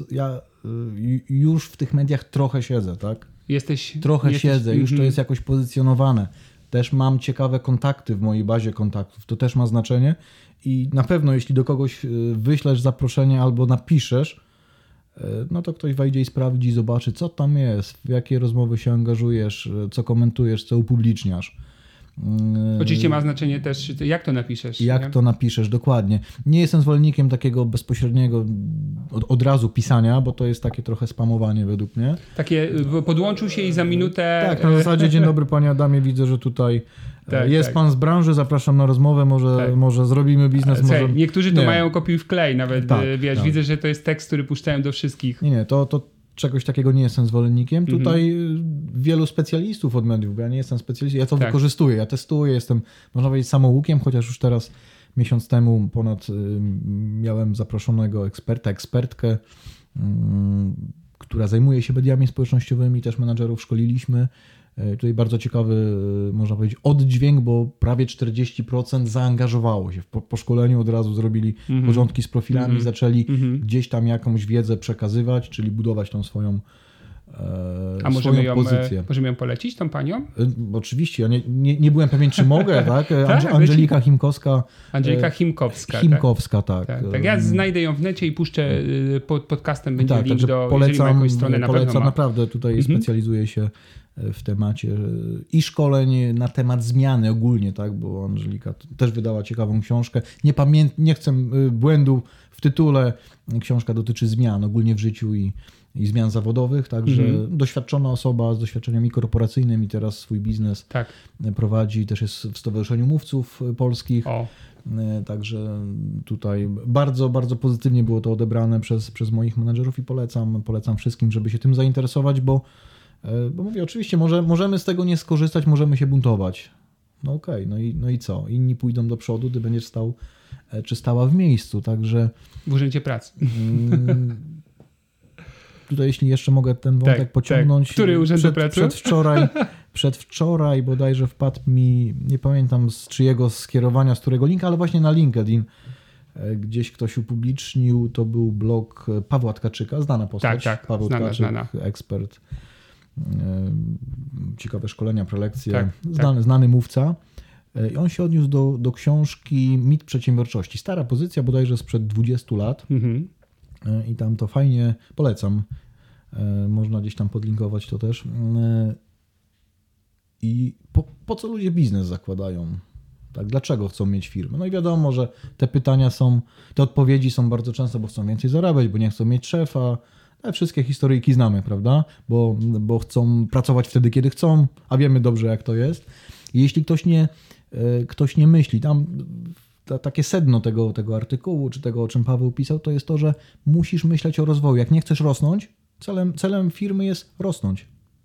już w tych mediach trochę siedzę, tak? Siedzę, już to jest jakoś pozycjonowane. Też mam ciekawe kontakty w mojej bazie kontaktów, to też ma znaczenie i na pewno jeśli do kogoś wyślesz zaproszenie albo napiszesz, no to ktoś wejdzie i sprawdzi, zobaczy co tam jest, w jakie rozmowy się angażujesz, co komentujesz, co upubliczniasz. Oczywiście ma znaczenie też, jak to napiszesz. To napiszesz, dokładnie. Nie jestem zwolennikiem takiego bezpośredniego od razu pisania, bo to jest takie trochę spamowanie według mnie. Takie podłączył się i za minutę... Tak, na zasadzie dzień dobry panie Adamie, widzę, że tutaj jest pan z branży, zapraszam na rozmowę, może zrobimy biznes. Niektórzy to mają kopiuj wklej, nawet widzę, że to jest tekst, który puszczają do wszystkich. Nie, to czegoś takiego nie jestem zwolennikiem. Tutaj wielu specjalistów od mediów, bo ja nie jestem specjalistą, ja to wykorzystuję, ja testuję, jestem, można powiedzieć, samoukiem, chociaż już teraz miesiąc temu ponad miałem zaproszonego ekspertkę, która zajmuje się mediami społecznościowymi, też menadżerów szkoliliśmy. Tutaj bardzo ciekawy, można powiedzieć, oddźwięk, bo prawie 40% zaangażowało się. Po szkoleniu od razu zrobili porządki z profilami, zaczęli gdzieś tam jakąś wiedzę przekazywać, czyli budować tą swoją pozycję. Możemy ją polecić, tą panią? Oczywiście, ja nie byłem pewien, czy mogę, tak? Angelika Himkowska. Himkowska, tak. Ja znajdę ją w necie i puszczę pod podcastem, będzie link jeżeli ma jakąś stronę, polecam naprawdę, tutaj specjalizuję się w temacie i szkoleń na temat zmiany ogólnie, tak, bo Angelika też wydała ciekawą książkę. Nie chcę błędu w tytule. Książka dotyczy zmian ogólnie w życiu i zmian zawodowych, także doświadczona osoba z doświadczeniami korporacyjnymi teraz swój biznes prowadzi, też jest w Stowarzyszeniu Mówców Polskich. Także tutaj bardzo, bardzo pozytywnie było to odebrane przez moich menadżerów i polecam wszystkim, żeby się tym zainteresować, bo mówię, oczywiście możemy z tego nie skorzystać, możemy się buntować. No okej, no i co? Inni pójdą do przodu, ty będziesz stał czy stała w miejscu, także... W urzędzie pracy. Tutaj jeśli jeszcze mogę ten wątek pociągnąć. Który urząd pracy? Przedwczoraj bodajże wpadł mi, nie pamiętam z czyjego skierowania, z którego linka, ale właśnie na LinkedIn gdzieś ktoś upublicznił, to był blog Pawła Tkaczyka, znana postać. Paweł Tkaczyk, ekspert, ciekawe szkolenia, prelekcje, znany mówca. I on się odniósł do książki Mit przedsiębiorczości. Stara pozycja, bodajże sprzed 20 lat. I tam to fajnie polecam. Można gdzieś tam podlinkować to też. I po co ludzie biznes zakładają? Tak, dlaczego chcą mieć firmę? No i wiadomo, że te odpowiedzi są bardzo często, bo chcą więcej zarabiać, bo nie chcą mieć szefa. Wszystkie historyjki znamy, prawda? Bo chcą pracować wtedy, kiedy chcą, a wiemy dobrze, jak to jest. I jeśli ktoś nie myśli, tam takie sedno tego artykułu, czy tego, o czym Paweł pisał, to jest to, że musisz myśleć o rozwoju. Jak nie chcesz rosnąć, celem firmy jest rosnąć.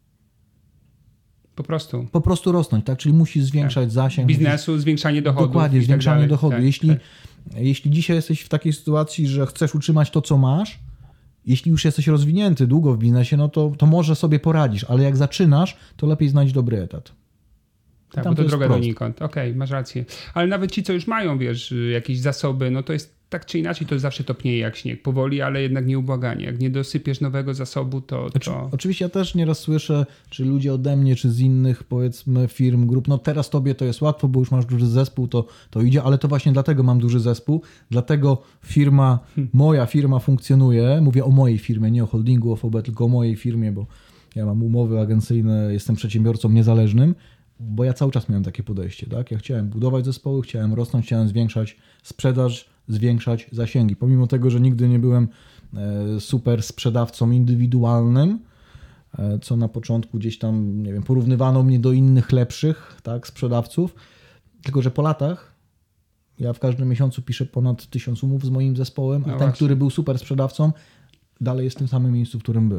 Po prostu rosnąć, tak? Czyli musisz zwiększać zasięg. Biznesu, zwiększanie dochodów. Dokładnie, zwiększanie dochodu. Jeśli dzisiaj jesteś w takiej sytuacji, że chcesz utrzymać to, co masz, jeśli już jesteś rozwinięty długo w biznesie, no to może sobie poradzisz, ale jak zaczynasz, to lepiej znajdź dobry etat. Tak, bo to droga donikąd. Okej, masz rację. Ale nawet ci, co już mają, jakieś zasoby, no to jest tak czy inaczej, to zawsze topnieje jak śnieg. Powoli, ale jednak nieubłaganie. Jak nie dosypiesz nowego zasobu, to... Oczywiście ja też nieraz słyszę, czy ludzie ode mnie, czy z innych, powiedzmy, firm, grup, no teraz tobie to jest łatwo, bo już masz duży zespół, to idzie, ale to właśnie dlatego mam duży zespół, dlatego moja firma funkcjonuje, mówię o mojej firmie, nie o holdingu OVB, tylko o mojej firmie, bo ja mam umowy agencyjne, jestem przedsiębiorcą niezależnym, bo ja cały czas miałem takie podejście, tak? Ja chciałem budować zespoły, chciałem rosnąć, chciałem zwiększać sprzedaż, zwiększać zasięgi. Pomimo tego, że nigdy nie byłem super sprzedawcą indywidualnym, co na początku gdzieś tam, nie wiem, porównywano mnie do innych lepszych, tak, sprzedawców, tylko że po latach ja w każdym miesiącu piszę ponad 1000 umów z moim zespołem, a ten, który był super sprzedawcą, dalej jest w tym samym miejscu, w którym był.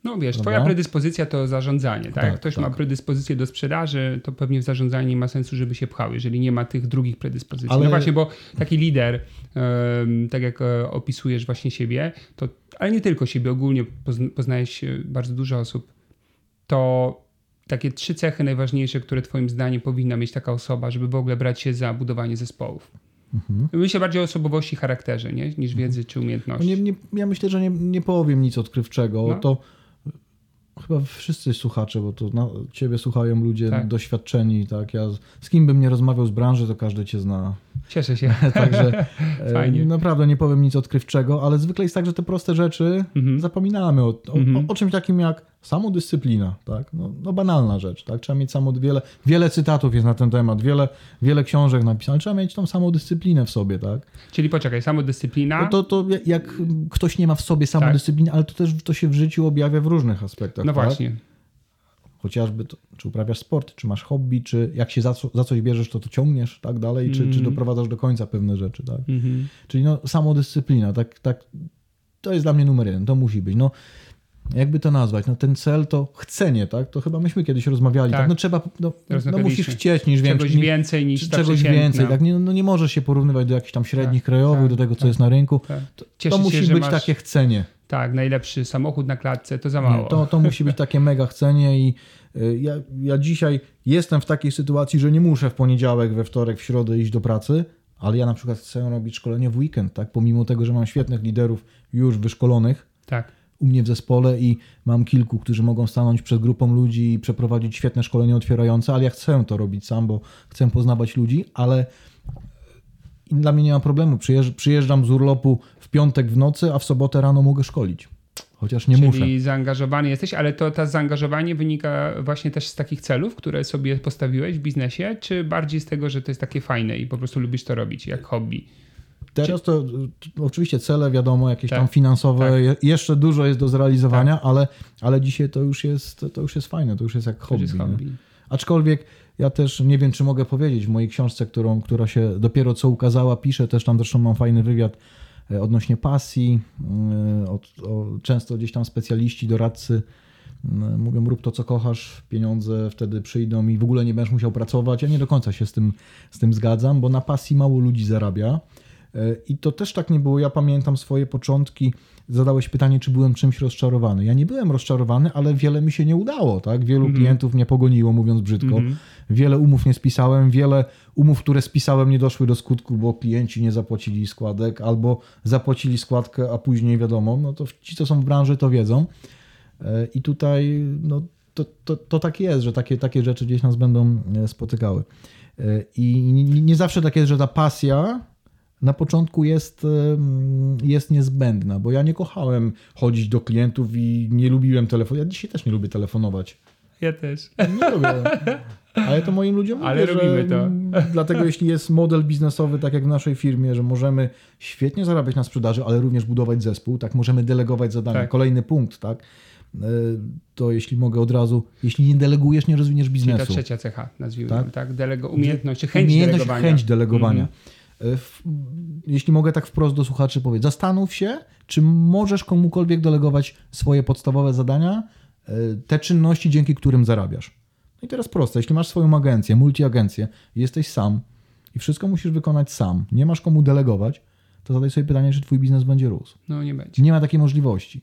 No wiesz, Prawda? twoja predyspozycja to zarządzanie, tak? Jak ktoś tak. ma predyspozycję do sprzedaży, to pewnie w zarządzaniu nie ma sensu, żeby się pchał, jeżeli nie ma tych drugich predyspozycji. Ale... No właśnie, bo taki lider, tak jak opisujesz właśnie siebie, to, ale nie tylko siebie, ogólnie poznajesz bardzo dużo osób, to takie 3 cechy najważniejsze, które twoim zdaniem powinna mieć taka osoba, żeby w ogóle brać się za budowanie zespołów. Myślę bardziej o osobowości, charakterze, nie? Niż wiedzy czy umiejętności. Ja myślę, że nie powiem nic odkrywczego. No. To chyba wszyscy słuchacze, bo to ciebie słuchają ludzie doświadczeni. Tak? Ja z kim bym nie rozmawiał z branży, to każdy cię zna. Cieszę się. Także Fajnie. Naprawdę nie powiem nic odkrywczego, ale zwykle jest tak, że te proste rzeczy zapominamy o czymś takim jak samodyscyplina. Tak? No banalna rzecz. Tak? Trzeba mieć wiele cytatów jest na ten temat, wiele książek napisanych. Trzeba mieć tą samodyscyplinę w sobie. Tak? Czyli poczekaj, samodyscyplina. To jak ktoś nie ma w sobie samodyscypliny, ale to też to się w życiu objawia w różnych aspektach. No tak? właśnie. Chociażby to, czy uprawiasz sport, czy masz hobby, czy jak się za coś bierzesz, to ciągniesz tak dalej, czy doprowadzasz do końca pewne rzeczy. Tak? Czyli samodyscyplina, tak, to jest dla mnie numer 1, to musi być. Jakby to nazwać? Ten cel to chcenie, tak? To chyba myśmy kiedyś rozmawiali. Tak? Trzeba, musisz chcieć niż czegoś więcej niż czegoś więcej. Tak? Nie możesz się porównywać do jakichś tam średnich krajowych, do tego, co jest na rynku. Tak. To musi być takie chcenie. Tak, najlepszy samochód na klatce, to za mało. To musi być takie mega chcenie i ja dzisiaj jestem w takiej sytuacji, że nie muszę w poniedziałek, we wtorek, w środę iść do pracy, ale ja na przykład chcę robić szkolenie w weekend, tak? Pomimo tego, że mam świetnych liderów już wyszkolonych u mnie w zespole i mam kilku, którzy mogą stanąć przed grupą ludzi i przeprowadzić świetne szkolenie otwierające, ale ja chcę to robić sam, bo chcę poznawać ludzi, ale dla mnie nie ma problemu. Przyjeżdżam z urlopu w piątek w nocy, a w sobotę rano mogę szkolić. Chociaż nie muszę. Czyli zaangażowany jesteś, ale to zaangażowanie wynika właśnie też z takich celów, które sobie postawiłeś w biznesie, czy bardziej z tego, że to jest takie fajne i po prostu lubisz to robić jak hobby? Teraz to oczywiście cele, wiadomo, jakieś tam finansowe, jeszcze dużo jest do zrealizowania, ale dzisiaj to już jest fajne, to już jest jak hobby. Aczkolwiek ja też nie wiem, czy mogę powiedzieć w mojej książce, która się dopiero co ukazała, piszę też tam, zresztą mam fajny wywiad odnośnie pasji. Często gdzieś tam specjaliści, doradcy mówią, rób to, co kochasz, pieniądze wtedy przyjdą i w ogóle nie będziesz musiał pracować. Ja nie do końca się z tym zgadzam, bo na pasji mało ludzi zarabia. I to też tak nie było. Ja pamiętam swoje początki. Zadałeś pytanie, czy byłem czymś rozczarowany. Ja nie byłem rozczarowany, ale wiele mi się nie udało. Tak? Wielu klientów mnie pogoniło, mówiąc brzydko. Wiele umów nie spisałem. Wiele umów, które spisałem, nie doszły do skutku, bo klienci nie zapłacili składek albo zapłacili składkę, a później wiadomo, to ci, co są w branży, to wiedzą. I tutaj to tak jest, że takie rzeczy gdzieś nas będą spotykały. I nie zawsze tak jest, że ta pasja na początku jest niezbędna, bo ja nie kochałem chodzić do klientów i nie lubiłem telefonu. Ja dzisiaj też nie lubię telefonować. Ja też. Nie lubię. Ale to moim ludziom mówię, ale robimy to. Dlatego jeśli jest model biznesowy, tak jak w naszej firmie, że możemy świetnie zarabiać na sprzedaży, ale również budować zespół, tak możemy delegować zadania. Tak. Kolejny punkt, tak? To jeśli mogę od razu, jeśli nie delegujesz, nie rozwiniesz biznesu. Czyli ta trzecia cecha, nazwijmy, tak? Umiejętność, delegowania. Chęć delegowania. Jeśli mogę tak wprost do słuchaczy powiedzieć, zastanów się, czy możesz komukolwiek delegować swoje podstawowe zadania, te czynności, dzięki którym zarabiasz. No i teraz proste, jeśli masz swoją agencję, multiagencję, jesteś sam i wszystko musisz wykonać sam, nie masz komu delegować, to zadaj sobie pytanie, czy twój biznes będzie rósł. No nie będzie. Nie ma takiej możliwości.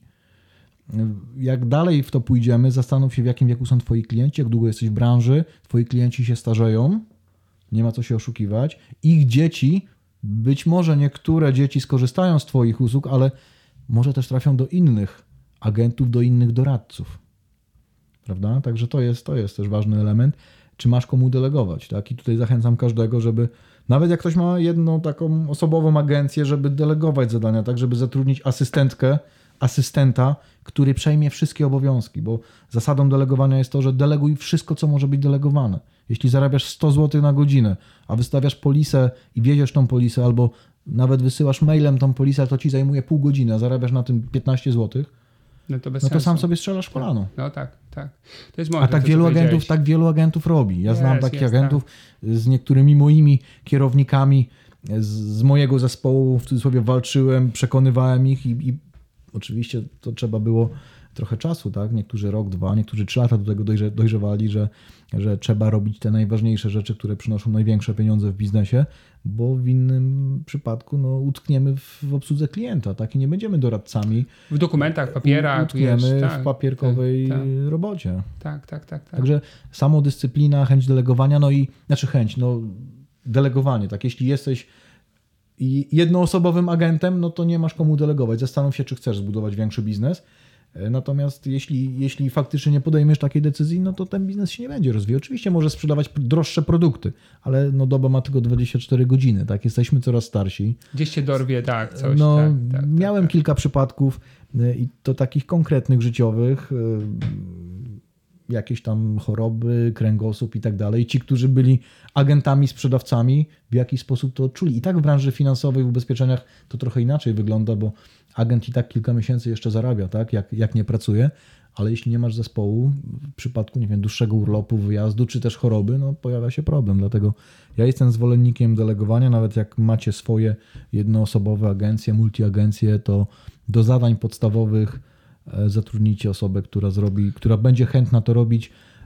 Jak dalej w to pójdziemy, zastanów się, w jakim wieku są twoi klienci, jak długo jesteś w branży, twoi klienci się starzeją, nie ma co się oszukiwać. Ich dzieci, być może niektóre dzieci skorzystają z twoich usług, ale może też trafią do innych agentów, do innych doradców. Prawda? Także to jest też ważny element. Czy masz komu delegować? Tak? I tutaj zachęcam każdego, żeby nawet jak ktoś ma jedną taką osobową agencję, żeby delegować zadania, tak żeby zatrudnić asystenta, który przejmie wszystkie obowiązki, bo zasadą delegowania jest to, że deleguj wszystko, co może być delegowane. Jeśli zarabiasz 100 zł na godzinę, a wystawiasz polisę i wieziesz tą polisę, albo nawet wysyłasz mailem tą polisę, to ci zajmuje pół godziny, a zarabiasz na tym 15 zł, to sam sobie strzelasz w kolano. No tak. To jest mądre, a tak wielu agentów robi. Ja znam takich agentów z niektórymi moimi kierownikami z mojego zespołu, w cudzysłowie walczyłem, przekonywałem ich i oczywiście to trzeba było trochę czasu, tak? Niektórzy rok, 2, niektórzy 3 lata do tego dojrzewali, że trzeba robić te najważniejsze rzeczy, które przynoszą największe pieniądze w biznesie, bo w innym przypadku utkniemy w obsłudze klienta, tak? I nie będziemy doradcami. W dokumentach, papierach. Utkniemy w papierkowej robocie. Tak. Także samodyscyplina, chęć delegowania, delegowanie, tak? Jeśli jesteś jednoosobowym agentem, no to nie masz komu delegować. Zastanów się, czy chcesz zbudować większy biznes. Natomiast jeśli faktycznie nie podejmiesz takiej decyzji, no to ten biznes się nie będzie rozwijał. Oczywiście może sprzedawać droższe produkty, ale doba ma tylko 24 godziny, tak? Jesteśmy coraz starsi. Gdzieś się dorwie, tak, coś. Miałem kilka przypadków i to takich konkretnych, życiowych, jakieś tam choroby, kręgosłup i tak dalej. Ci, którzy byli agentami, sprzedawcami, w jakiś sposób to odczuli. I tak w branży finansowej, w ubezpieczeniach to trochę inaczej wygląda, bo agent i tak kilka miesięcy jeszcze zarabia, tak, jak nie pracuje, ale jeśli nie masz zespołu, w przypadku, dłuższego urlopu, wyjazdu, czy też choroby, pojawia się problem. Dlatego ja jestem zwolennikiem delegowania, nawet jak macie swoje jednoosobowe agencje, multiagencje, to do zadań podstawowych zatrudnijcie osobę, która będzie chętna to robić,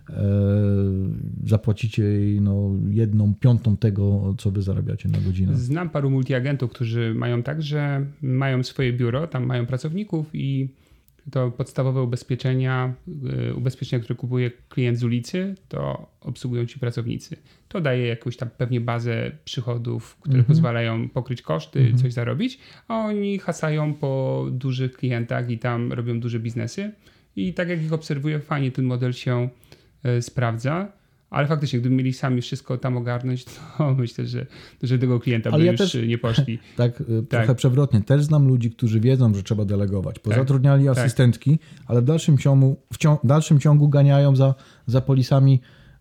zapłacicie jej 1/5 tego, co wy zarabiacie na godzinę. Znam paru multiagentów, którzy mają tak, że mają swoje biuro, tam mają pracowników i to podstawowe ubezpieczenia, które kupuje klient z ulicy, to obsługują ci pracownicy. To daje jakąś tam pewnie bazę przychodów, które pozwalają pokryć koszty, coś zarobić, a oni hasają po dużych klientach i tam robią duże biznesy. I tak jak ich obserwuję, fajnie ten model się sprawdza. Ale faktycznie, gdyby mieli sami wszystko tam ogarnąć, to myślę, że tego klienta by już nie poszli. Tak, trochę przewrotnie. Też znam ludzi, którzy wiedzą, że trzeba delegować. Pozatrudniali asystentki, ale w dalszym ciągu ganiają za polisami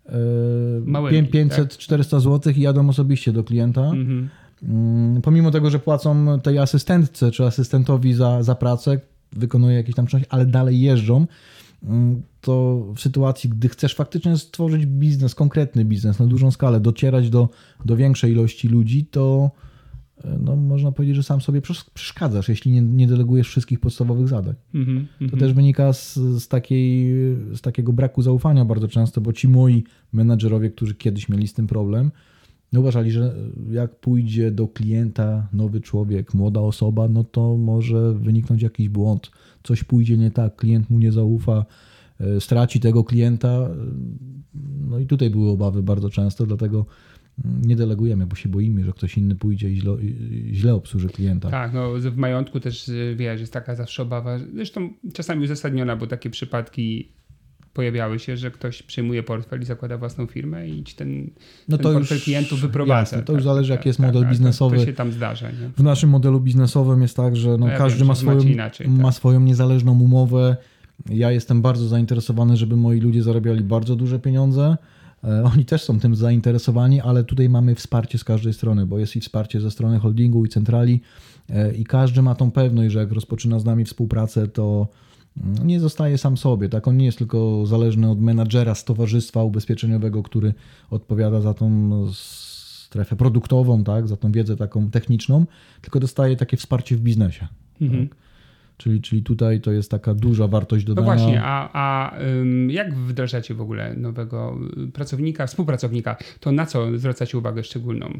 500-400 zł i jadą osobiście do klienta. Pomimo tego, że płacą tej asystentce czy asystentowi za pracę, wykonuje jakieś tam czynności, ale dalej jeżdżą. To w sytuacji, gdy chcesz faktycznie stworzyć biznes, konkretny biznes na dużą skalę, docierać do większej ilości ludzi, to można powiedzieć, że sam sobie przeszkadzasz, jeśli nie delegujesz wszystkich podstawowych zadań. To też wynika z takiego braku zaufania bardzo często, bo ci moi menadżerowie, którzy kiedyś mieli z tym problem, uważali, że jak pójdzie do klienta nowy człowiek, młoda osoba, no to może wyniknąć jakiś błąd, coś pójdzie nie tak, klient mu nie zaufa, straci tego klienta. No i tutaj były obawy bardzo często, dlatego nie delegujemy, bo się boimy, że ktoś inny pójdzie i źle obsłuży klienta. Tak, w majątku też jest taka zawsze obawa, zresztą czasami uzasadniona, bo takie przypadki pojawiały się, że ktoś przyjmuje portfel i zakłada własną firmę i ten portfel klientów wyprowadza. Jasne, to już zależy, jaki jest model biznesowy. To się tam zdarza. Nie? W naszym modelu biznesowym jest tak, że każdy ma swoją niezależną umowę. Ja jestem bardzo zainteresowany, żeby moi ludzie zarabiali bardzo duże pieniądze. Oni też są tym zainteresowani, ale tutaj mamy wsparcie z każdej strony, bo jest i wsparcie ze strony holdingu i centrali i każdy ma tą pewność, że jak rozpoczyna z nami współpracę, to nie zostaje sam sobie, tak? On nie jest tylko zależny od menadżera z towarzystwa ubezpieczeniowego, który odpowiada za tą strefę produktową, tak? Za tą wiedzę taką techniczną, tylko dostaje takie wsparcie w biznesie. Tak? Czyli tutaj to jest taka duża wartość dodana. No właśnie, a jak wdrażacie w ogóle nowego pracownika, współpracownika? To na co zwracacie uwagę szczególną?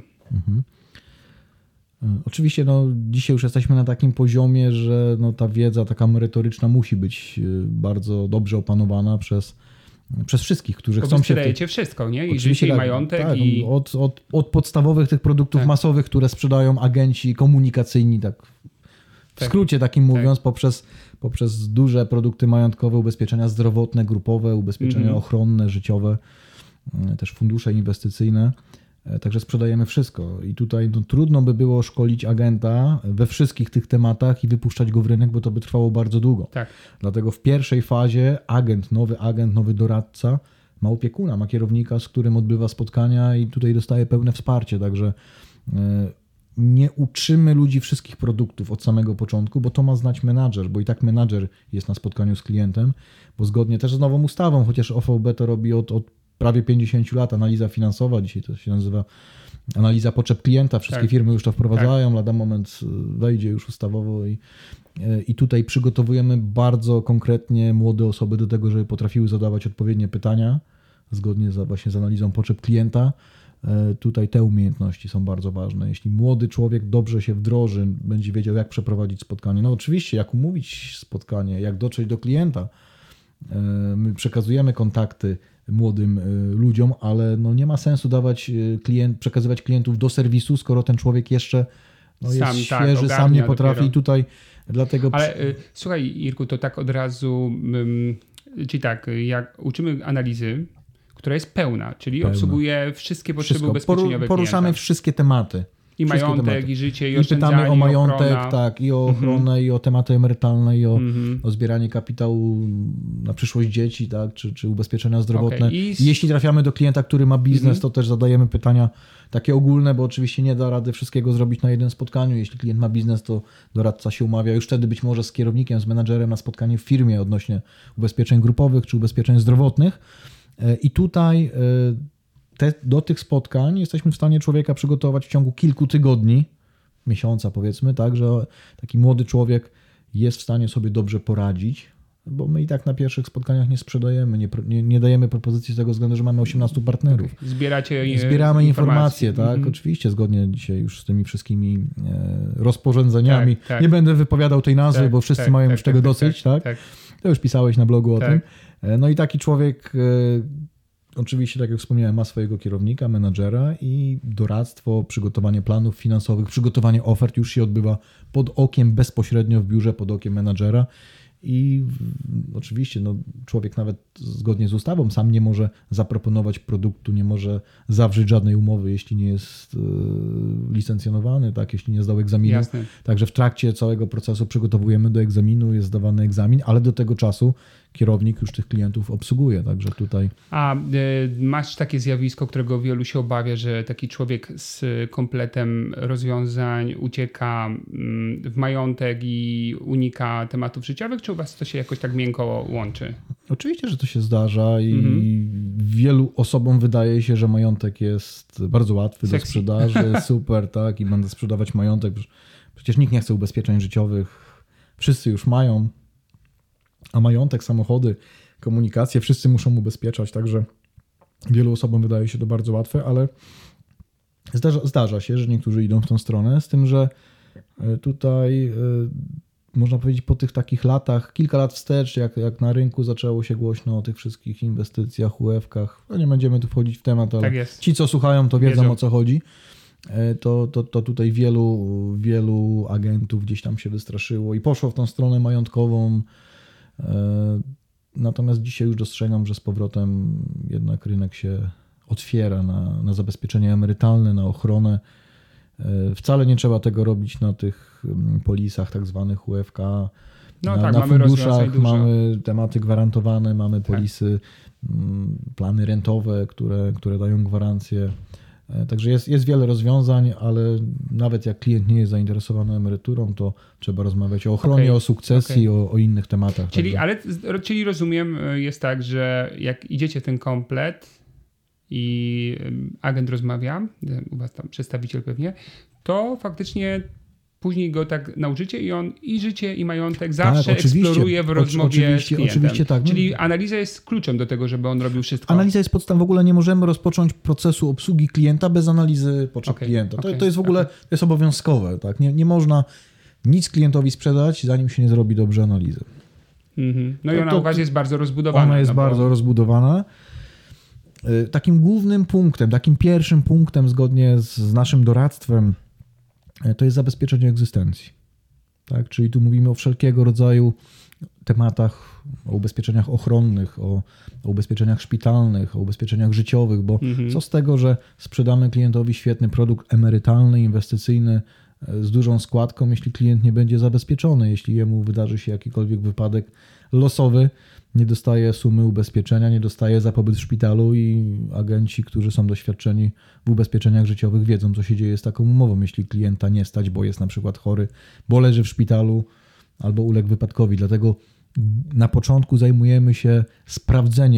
Oczywiście dzisiaj już jesteśmy na takim poziomie, że ta wiedza taka merytoryczna musi być bardzo dobrze opanowana przez wszystkich, którzy chcą się... Sprzedajecie wszystko, nie? I życie, i majątek. Tak, od podstawowych tych produktów masowych, które sprzedają agenci komunikacyjni, tak w skrócie takim mówiąc, poprzez duże produkty majątkowe, ubezpieczenia zdrowotne, grupowe, ubezpieczenia ochronne, życiowe, też fundusze inwestycyjne. Także sprzedajemy wszystko i tutaj trudno by było szkolić agenta we wszystkich tych tematach i wypuszczać go w rynek, bo to by trwało bardzo długo. Tak. Dlatego w pierwszej fazie nowy doradca ma opiekuna, ma kierownika, z którym odbywa spotkania i tutaj dostaje pełne wsparcie. Także nie uczymy ludzi wszystkich produktów od samego początku, bo to ma znać menadżer, bo i tak menadżer jest na spotkaniu z klientem, bo zgodnie też z nową ustawą, chociaż OVB to robi od prawie 50 lat, analiza finansowa, dzisiaj to się nazywa analiza potrzeb klienta, wszystkie firmy już to wprowadzają, lada moment wejdzie już ustawowo i tutaj przygotowujemy bardzo konkretnie młode osoby do tego, żeby potrafiły zadawać odpowiednie pytania, zgodnie właśnie z analizą potrzeb klienta. Tutaj te umiejętności są bardzo ważne. Jeśli młody człowiek dobrze się wdroży, będzie wiedział, jak przeprowadzić spotkanie, no oczywiście, jak umówić spotkanie, jak dotrzeć do klienta. My przekazujemy kontakty młodym ludziom, ale no nie ma sensu przekazywać klientów do serwisu, skoro ten człowiek jeszcze jest świeży, sam nie potrafi dopiero. Tutaj dlatego... Ale słuchaj, Irku, to tak od razu, czyli tak, jak uczymy analizy, która jest pełna, czyli obsługuje wszystkie potrzeby ubezpieczeniowe Poruszamy klienta. wszystkie tematy. I majątek, i życie, i oszczędzanie, pytamy o majątek, ochrona. tak, i o ochronę, i o tematy emerytalne, i o zbieranie kapitału na przyszłość dzieci, tak, czy ubezpieczenia zdrowotne. Okay. I jeśli trafiamy do klienta, który ma biznes, to też zadajemy pytania takie ogólne, bo oczywiście nie da rady wszystkiego zrobić na jednym spotkaniu. Jeśli klient ma biznes, to doradca się umawia już wtedy być może z kierownikiem, z menadżerem na spotkanie w firmie odnośnie ubezpieczeń grupowych czy ubezpieczeń zdrowotnych. I tutaj do tych spotkań jesteśmy w stanie człowieka przygotować w ciągu kilku tygodni, miesiąca powiedzmy, tak, że taki młody człowiek jest w stanie sobie dobrze poradzić, bo my i tak na pierwszych spotkaniach nie sprzedajemy, nie dajemy propozycji z tego względu, że mamy 18 partnerów. Zbieramy informacje, tak, oczywiście zgodnie dzisiaj już z tymi wszystkimi rozporządzeniami. Tak. Nie będę wypowiadał tej nazwy, bo wszyscy mają już tego dosyć, tak? To już pisałeś na blogu o tym. No i taki człowiek oczywiście, tak jak wspomniałem, ma swojego kierownika, menadżera i doradztwo, przygotowanie planów finansowych, przygotowanie ofert już się odbywa pod okiem bezpośrednio w biurze, pod okiem menadżera. I oczywiście człowiek nawet zgodnie z ustawą sam nie może zaproponować produktu, nie może zawrzeć żadnej umowy, jeśli nie jest licencjonowany, tak, jeśli nie zdał egzaminu. Jasne. Także w trakcie całego procesu przygotowujemy do egzaminu, jest zdawany egzamin, ale do tego czasu kierownik już tych klientów obsługuje, także tutaj... A masz takie zjawisko, którego wielu się obawia, że taki człowiek z kompletem rozwiązań ucieka w majątek i unika tematów życiowych, czy u was to się jakoś tak miękko łączy? Oczywiście, że to się zdarza i wielu osobom wydaje się, że majątek jest bardzo łatwy do sprzedaży, super, tak, i będę sprzedawać majątek. Przecież nikt nie chce ubezpieczeń życiowych, wszyscy już mają, a majątek, samochody, komunikację, wszyscy muszą ubezpieczać, także wielu osobom wydaje się to bardzo łatwe, ale zdarza się, że niektórzy idą w tą stronę, z tym, że tutaj można powiedzieć po tych takich latach, kilka lat wstecz, jak na rynku zaczęło się głośno o tych wszystkich inwestycjach, UF-kach, no nie będziemy tu wchodzić w temat, ale tak ci, co słuchają, to wiedzą o co chodzi. To tutaj wielu agentów gdzieś tam się wystraszyło i poszło w tą stronę majątkową. Natomiast dzisiaj już dostrzegam, że z powrotem jednak rynek się otwiera na zabezpieczenia emerytalne, na ochronę. Wcale nie trzeba tego robić na tych polisach tak zwanych UFK. Na funduszach mamy tematy gwarantowane, mamy polisy, plany rentowe, które dają gwarancje. Także jest wiele rozwiązań, ale nawet jak klient nie jest zainteresowany emeryturą, to trzeba rozmawiać o ochronie, o sukcesji, o innych tematach. Czyli rozumiem, jest tak, że jak idziecie w ten komplet i agent rozmawia, u was tam przedstawiciel pewnie, to faktycznie później go tak nauczycie i on i życie, i majątek zawsze eksploruje w rozmowie z klientem. Oczywiście tak. Czyli analiza jest kluczem do tego, żeby on robił wszystko. Analiza jest podstawą. W ogóle nie możemy rozpocząć procesu obsługi klienta bez analizy potrzeb klienta. To jest w ogóle to jest obowiązkowe. Tak? Nie można nic klientowi sprzedać, zanim się nie zrobi dobrze analizy. No i ona u was jest bardzo rozbudowana. Ona jest bardzo rozbudowana. Takim głównym punktem, takim pierwszym punktem zgodnie z naszym doradztwem to jest zabezpieczenie egzystencji. Tak? Czyli tu mówimy o wszelkiego rodzaju tematach, o ubezpieczeniach ochronnych, o ubezpieczeniach szpitalnych, o ubezpieczeniach życiowych, bo co z tego, że sprzedamy klientowi świetny produkt emerytalny, inwestycyjny z dużą składką, jeśli klient nie będzie zabezpieczony, jeśli jemu wydarzy się jakikolwiek wypadek losowy, nie dostaje sumy ubezpieczenia, nie dostaje za pobyt w szpitalu i agenci, którzy są doświadczeni w ubezpieczeniach życiowych, wiedzą, co się dzieje z taką umową, jeśli klienta nie stać, bo jest na przykład chory, bo leży w szpitalu albo uległ wypadkowi. Dlatego na początku zajmujemy się sprawdzeniem,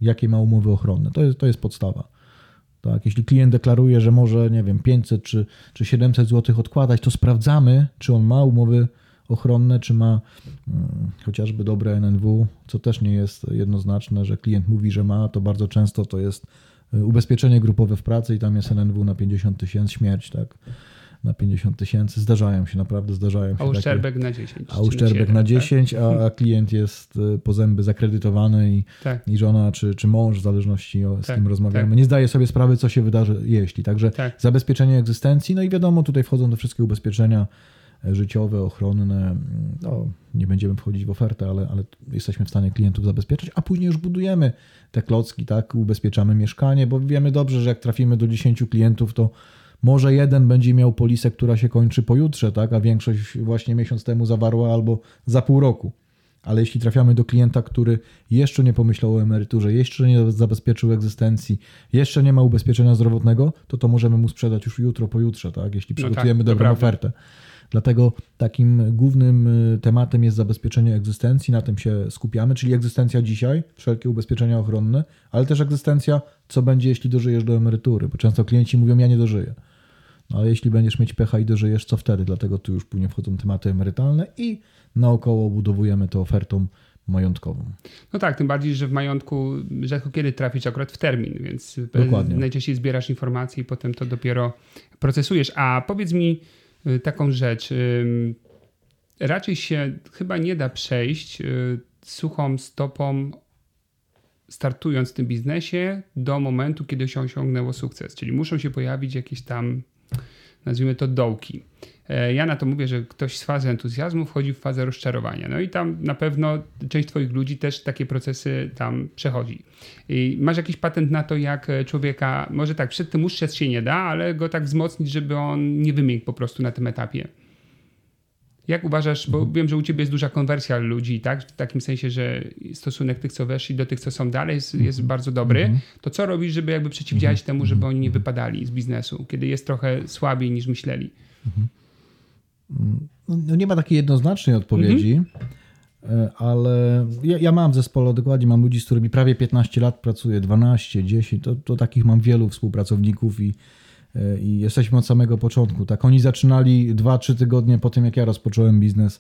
jakie ma umowy ochronne. To jest podstawa. Tak, jeśli klient deklaruje, że może, nie wiem, 500 czy 700 zł odkładać, to sprawdzamy, czy on ma umowy ochronne, czy ma chociażby dobre NNW, co też nie jest jednoznaczne, że klient mówi, że ma, to bardzo często to jest ubezpieczenie grupowe w pracy i tam jest NNW na 50 000, śmierć, tak, na 50 000. Zdarzają się A uszczerbek na 10. A uszczerbek na 10, tak? a klient jest po zęby zakredytowany i żona czy mąż, w zależności z kim rozmawiamy, nie zdaje sobie sprawy, co się wydarzy, jeśli. Także zabezpieczenie egzystencji, no i wiadomo, tutaj wchodzą te wszystkie ubezpieczenia życiowe, ochronne, no nie będziemy wchodzić w ofertę, ale jesteśmy w stanie klientów zabezpieczyć, a później już budujemy te klocki, tak, ubezpieczamy mieszkanie, bo wiemy dobrze, że jak trafimy do 10 klientów, to może jeden będzie miał polisę, która się kończy pojutrze, tak, a większość właśnie miesiąc temu zawarła albo za pół roku. Ale jeśli trafiamy do klienta, który jeszcze nie pomyślał o emeryturze, jeszcze nie zabezpieczył egzystencji, jeszcze nie ma ubezpieczenia zdrowotnego, to możemy mu sprzedać już jutro, pojutrze, tak, jeśli przygotujemy dobrą ofertę. Dlatego takim głównym tematem jest zabezpieczenie egzystencji, na tym się skupiamy, czyli egzystencja dzisiaj, wszelkie ubezpieczenia ochronne, ale też egzystencja, co będzie, jeśli dożyjesz do emerytury, bo często klienci mówią, ja nie dożyję. No, ale jeśli będziesz mieć pecha i dożyjesz, co wtedy? Dlatego tu już później wchodzą tematy emerytalne i naokoło budowujemy to ofertą majątkową. No tak, tym bardziej, że w majątku rzadko kiedy trafić akurat w termin, więc dokładnie. Najczęściej zbierasz informacje i potem to dopiero procesujesz. A powiedz mi taką rzecz. Raczej się chyba nie da przejść suchą stopą, startując w tym biznesie, do momentu, kiedy się osiągnęło sukces. Czyli muszą się pojawić jakieś tam, nazwijmy to, dołki. Ja na to mówię, że ktoś z fazy entuzjazmu wchodzi w fazę rozczarowania. No i tam na pewno część twoich ludzi też takie procesy tam przechodzi. I masz jakiś patent na to, jak człowieka, może tak, przed tym ustrzec się nie da, ale go tak wzmocnić, żeby on nie wymiękł po prostu na tym etapie. Jak uważasz, bo wiem, że u ciebie jest duża konwersja ludzi, tak? W takim sensie, że stosunek tych, co weszli, do tych, co są dalej, jest bardzo dobry. To co robisz, żeby jakby przeciwdziałać temu, żeby oni nie wypadali z biznesu, kiedy jest trochę słabiej niż myśleli? No nie ma takiej jednoznacznej odpowiedzi, ale ja mam w zespole, dokładnie mam ludzi, z którymi prawie 15 lat pracuję, 12, 10, to takich mam wielu współpracowników i jesteśmy od samego początku. Tak, oni zaczynali 2-3 tygodnie po tym, jak ja rozpocząłem biznes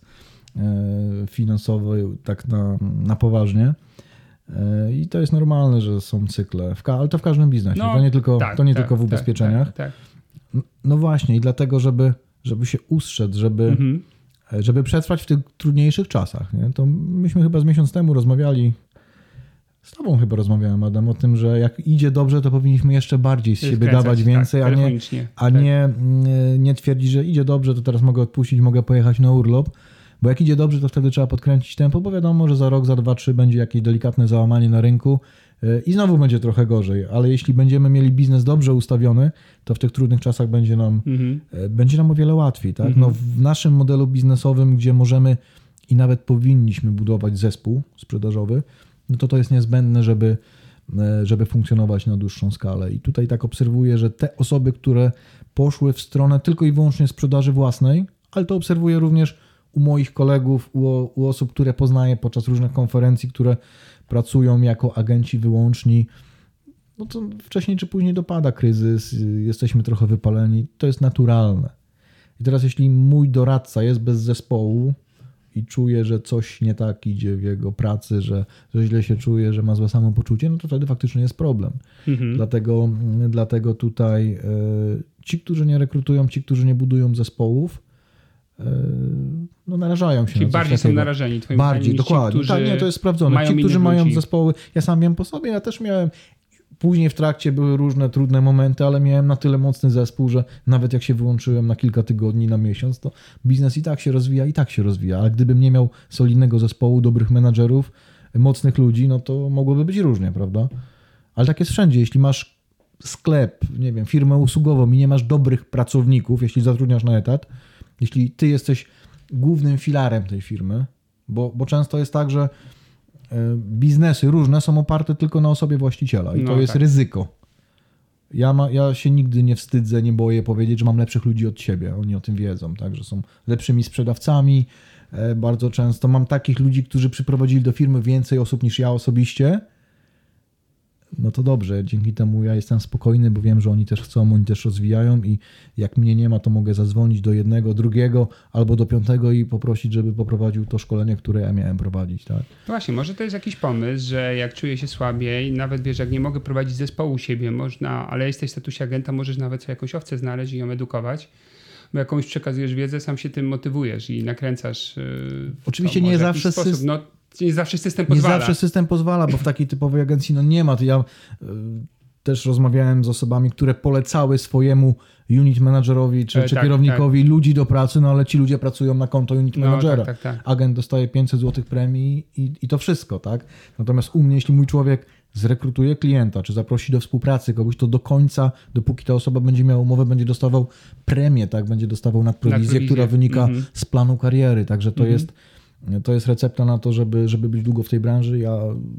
finansowy tak na poważnie. I to jest normalne, że są cykle, ale to w każdym biznesie, to nie tylko w ubezpieczeniach. Tak. No właśnie i dlatego, żeby się ustrzec, żeby przetrwać w tych trudniejszych czasach. Nie? To myśmy chyba z miesiąc temu rozmawiali, z tobą chyba rozmawiałem, Adam, o tym, że jak idzie dobrze, to powinniśmy jeszcze bardziej z siebie dawać więcej, a nie twierdzić, że idzie dobrze, to teraz mogę odpuścić, mogę pojechać na urlop, bo jak idzie dobrze, to wtedy trzeba podkręcić tempo, bo wiadomo, że za rok, za 2, 3 będzie jakieś delikatne załamanie na rynku i znowu będzie trochę gorzej, ale jeśli będziemy mieli biznes dobrze ustawiony, to w tych trudnych czasach będzie nam o wiele łatwiej. Tak? No, w naszym modelu biznesowym, gdzie możemy i nawet powinniśmy budować zespół sprzedażowy, no to jest niezbędne, żeby funkcjonować na dłuższą skalę. I tutaj tak obserwuję, że te osoby, które poszły w stronę tylko i wyłącznie sprzedaży własnej, ale to obserwuję również u moich kolegów, u osób, które poznaję podczas różnych konferencji, które pracują jako agenci wyłączni, no to wcześniej czy później dopada kryzys, jesteśmy trochę wypaleni, to jest naturalne. I teraz jeśli mój doradca jest bez zespołu i czuje, że coś nie tak idzie w jego pracy, że źle się czuje, że ma złe samopoczucie, no to wtedy faktycznie jest problem. Dlatego tutaj ci, którzy nie rekrutują, ci, którzy nie budują zespołów, no narażają się. Czyli bardziej są narażeni twoim bardziej, dokładnie. Tak, nie, to jest sprawdzone. Ci, którzy mają zespoły, ja sam wiem po sobie, ja też miałem, później w trakcie były różne trudne momenty, ale miałem na tyle mocny zespół, że nawet jak się wyłączyłem na kilka tygodni, na miesiąc, to biznes i tak się rozwija, ale gdybym nie miał solidnego zespołu, dobrych menadżerów, mocnych ludzi, no to mogłoby być różnie, prawda? Ale tak jest wszędzie. Jeśli masz sklep, nie wiem, firmę usługową i nie masz dobrych pracowników, jeśli zatrudniasz na etat, jeśli ty jesteś głównym filarem tej firmy, bo często jest tak, że biznesy różne są oparte tylko na osobie właściciela i to jest ryzyko. Ja się nigdy nie wstydzę, nie boję powiedzieć, że mam lepszych ludzi od siebie. Oni o tym wiedzą, tak, że są lepszymi sprzedawcami. Bardzo często mam takich ludzi, którzy przyprowadzili do firmy więcej osób niż ja osobiście no to dobrze, dzięki temu ja jestem spokojny, bo wiem, że oni też chcą, oni też rozwijają i jak mnie nie ma, to mogę zadzwonić do jednego, drugiego albo do 5 i poprosić, żeby poprowadził to szkolenie, które ja miałem prowadzić, tak? Właśnie, może to jest jakiś pomysł, że jak czuję się słabiej, nawet wiesz, jak nie mogę prowadzić zespołu u siebie, można, ale jesteś w statusie agenta, możesz nawet sobie jakąś owcę znaleźć i ją edukować. Bo jakąś przekazujesz wiedzę, sam się tym motywujesz i nakręcasz. Oczywiście nie zawsze nie zawsze system pozwala. Nie zawsze system pozwala, bo w takiej typowej agencji nie ma. To ja też rozmawiałem z osobami, które polecały swojemu unit managerowi czy kierownikowi ludzi do pracy, no ale ci ludzie pracują na konto unit managera. Tak. Agent dostaje 500 zł premii i to wszystko, tak? Natomiast u mnie, jeśli mój człowiek zrekrutuje klienta, czy zaprosi do współpracy kogoś, to do końca, dopóki ta osoba będzie miała umowę, będzie dostawał premię, tak? Będzie dostawał nadprowizję, która wynika z planu kariery. Także to jest recepta na to, żeby być długo w tej branży. Ja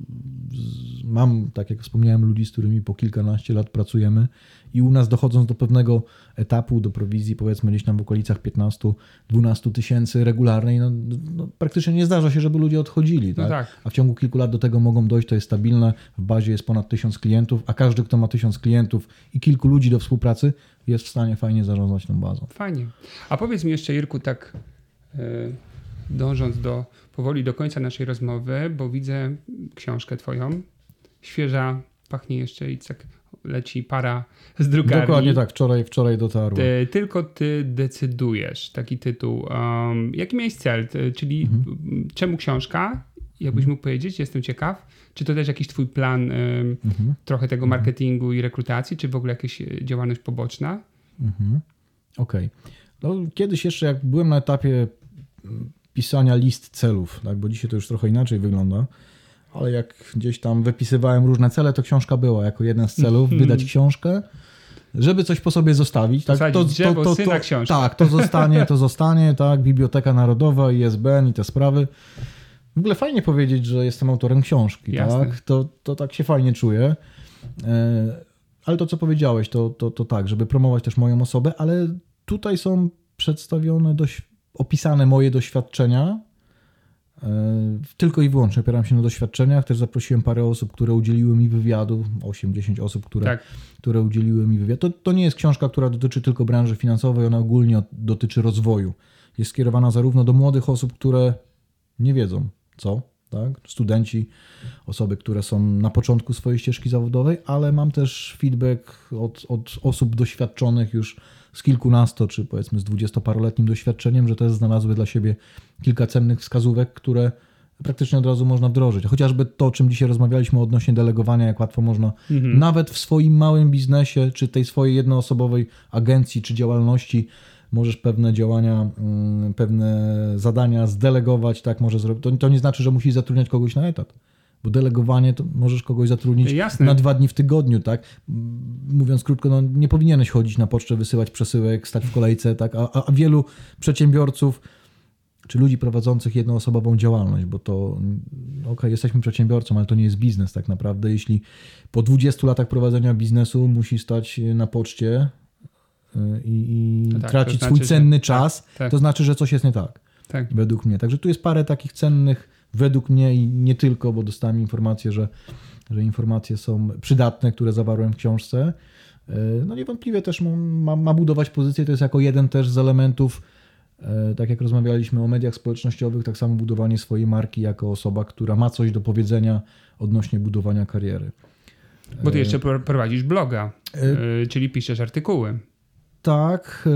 mam, tak jak wspomniałem, ludzi, z którymi po kilkanaście lat pracujemy i u nas dochodząc do pewnego etapu, do prowizji, powiedzmy gdzieś tam w okolicach 15-12 tysięcy regularnej, no praktycznie nie zdarza się, żeby ludzie odchodzili. Tak? No tak. A w ciągu kilku lat do tego mogą dojść, to jest stabilne, w bazie jest ponad 1000 klientów, a każdy, kto ma 1000 klientów i kilku ludzi do współpracy, jest w stanie fajnie zarządzać tą bazą. Fajnie. A powiedz mi jeszcze, Irku, tak dążąc powoli do końca naszej rozmowy, bo widzę książkę twoją, świeża, pachnie jeszcze i tak leci para z drukarni. Dokładnie tak, wczoraj dotarło. Tylko ty decydujesz, taki tytuł. Jaki miałeś cel? Czyli czemu książka? Jakbyś mógł powiedzieć, jestem ciekaw. Czy to też jakiś twój plan trochę tego marketingu i rekrutacji, czy w ogóle jakaś działalność poboczna? Okej. No, kiedyś jeszcze jak byłem na etapie pisania list celów, tak, bo dzisiaj to już trochę inaczej wygląda, ale jak gdzieś tam wypisywałem różne cele, to książka była jako jeden z celów, wydać książkę, żeby coś po sobie zostawić. Tak, syna książki. Tak, to zostanie, tak, Biblioteka Narodowa, ISBN i te sprawy. W ogóle fajnie powiedzieć, że jestem autorem książki, tak? To tak się fajnie czuję. Ale to, co powiedziałeś, to tak, żeby promować też moją osobę, ale tutaj są przedstawione opisane moje doświadczenia. Tylko i wyłącznie opieram się na doświadczeniach. Też zaprosiłem parę osób, które udzieliły mi wywiadu. 8-10 osób, które udzieliły mi wywiadu. To nie jest książka, która dotyczy tylko branży finansowej. Ona ogólnie dotyczy rozwoju. Jest skierowana zarówno do młodych osób, które nie wiedzą co, tak? Studenci, osoby, które są na początku swojej ścieżki zawodowej, ale mam też feedback od osób doświadczonych już z kilkunasto, czy powiedzmy z 20-paroletnim doświadczeniem, że też znalazły dla siebie kilka cennych wskazówek, które praktycznie od razu można wdrożyć. Chociażby to, o czym dzisiaj rozmawialiśmy odnośnie delegowania, jak łatwo można nawet w swoim małym biznesie, czy tej swojej jednoosobowej agencji, czy działalności, możesz pewne działania, pewne zadania zdelegować, tak może zrobić. To nie znaczy, że musisz zatrudniać kogoś na etat, bo delegowanie to możesz kogoś zatrudnić na 2 dni w tygodniu, tak? Mówiąc krótko, no nie powinieneś chodzić na pocztę, wysyłać przesyłek, stać w kolejce, tak? A wielu przedsiębiorców czy ludzi prowadzących jednoosobową działalność, bo to jesteśmy przedsiębiorcą, ale to nie jest biznes tak naprawdę. Jeśli po 20 latach prowadzenia biznesu musi stać na poczcie i tracić swój cenny czas, to znaczy, że coś jest nie tak. Według mnie. Także tu jest parę takich cennych, według mnie i nie tylko, bo dostałem informację, że informacje są przydatne, które zawarłem w książce. No niewątpliwie też ma budować pozycję, to jest jako jeden też z elementów, tak jak rozmawialiśmy o mediach społecznościowych, tak samo budowanie swojej marki jako osoba, która ma coś do powiedzenia odnośnie budowania kariery. Bo ty jeszcze prowadzisz bloga, czyli piszesz artykuły. Tak,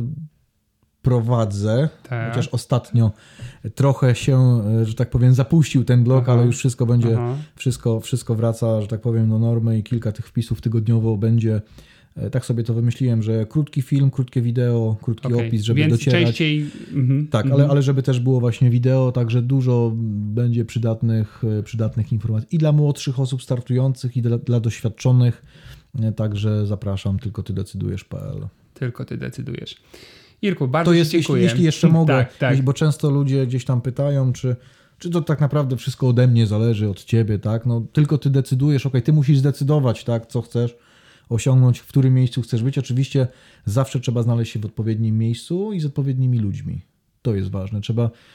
prowadzę, chociaż ostatnio trochę się, że tak powiem, zapuścił ten blog, ale już wszystko będzie, wszystko wraca, że tak powiem, do normy i kilka tych wpisów tygodniowo będzie. Tak sobie to wymyśliłem, że krótki film, krótkie wideo, krótki opis, żeby więc docierać. Częściej... Tak, ale żeby też było właśnie wideo, także dużo będzie przydatnych informacji i dla młodszych osób startujących, i dla doświadczonych. Także zapraszam, tylko ty decydujesz.pl. Tylko ty decydujesz. Irku, bardzo to jest, dziękuję. Jeśli jeszcze mogę, tak. Bo często ludzie gdzieś tam pytają, czy to tak naprawdę wszystko ode mnie zależy, od ciebie, tak? No, tylko ty decydujesz, ty musisz zdecydować, tak, co chcesz osiągnąć, w którym miejscu chcesz być. Oczywiście zawsze trzeba znaleźć się w odpowiednim miejscu i z odpowiednimi ludźmi. To jest ważne. Trzeba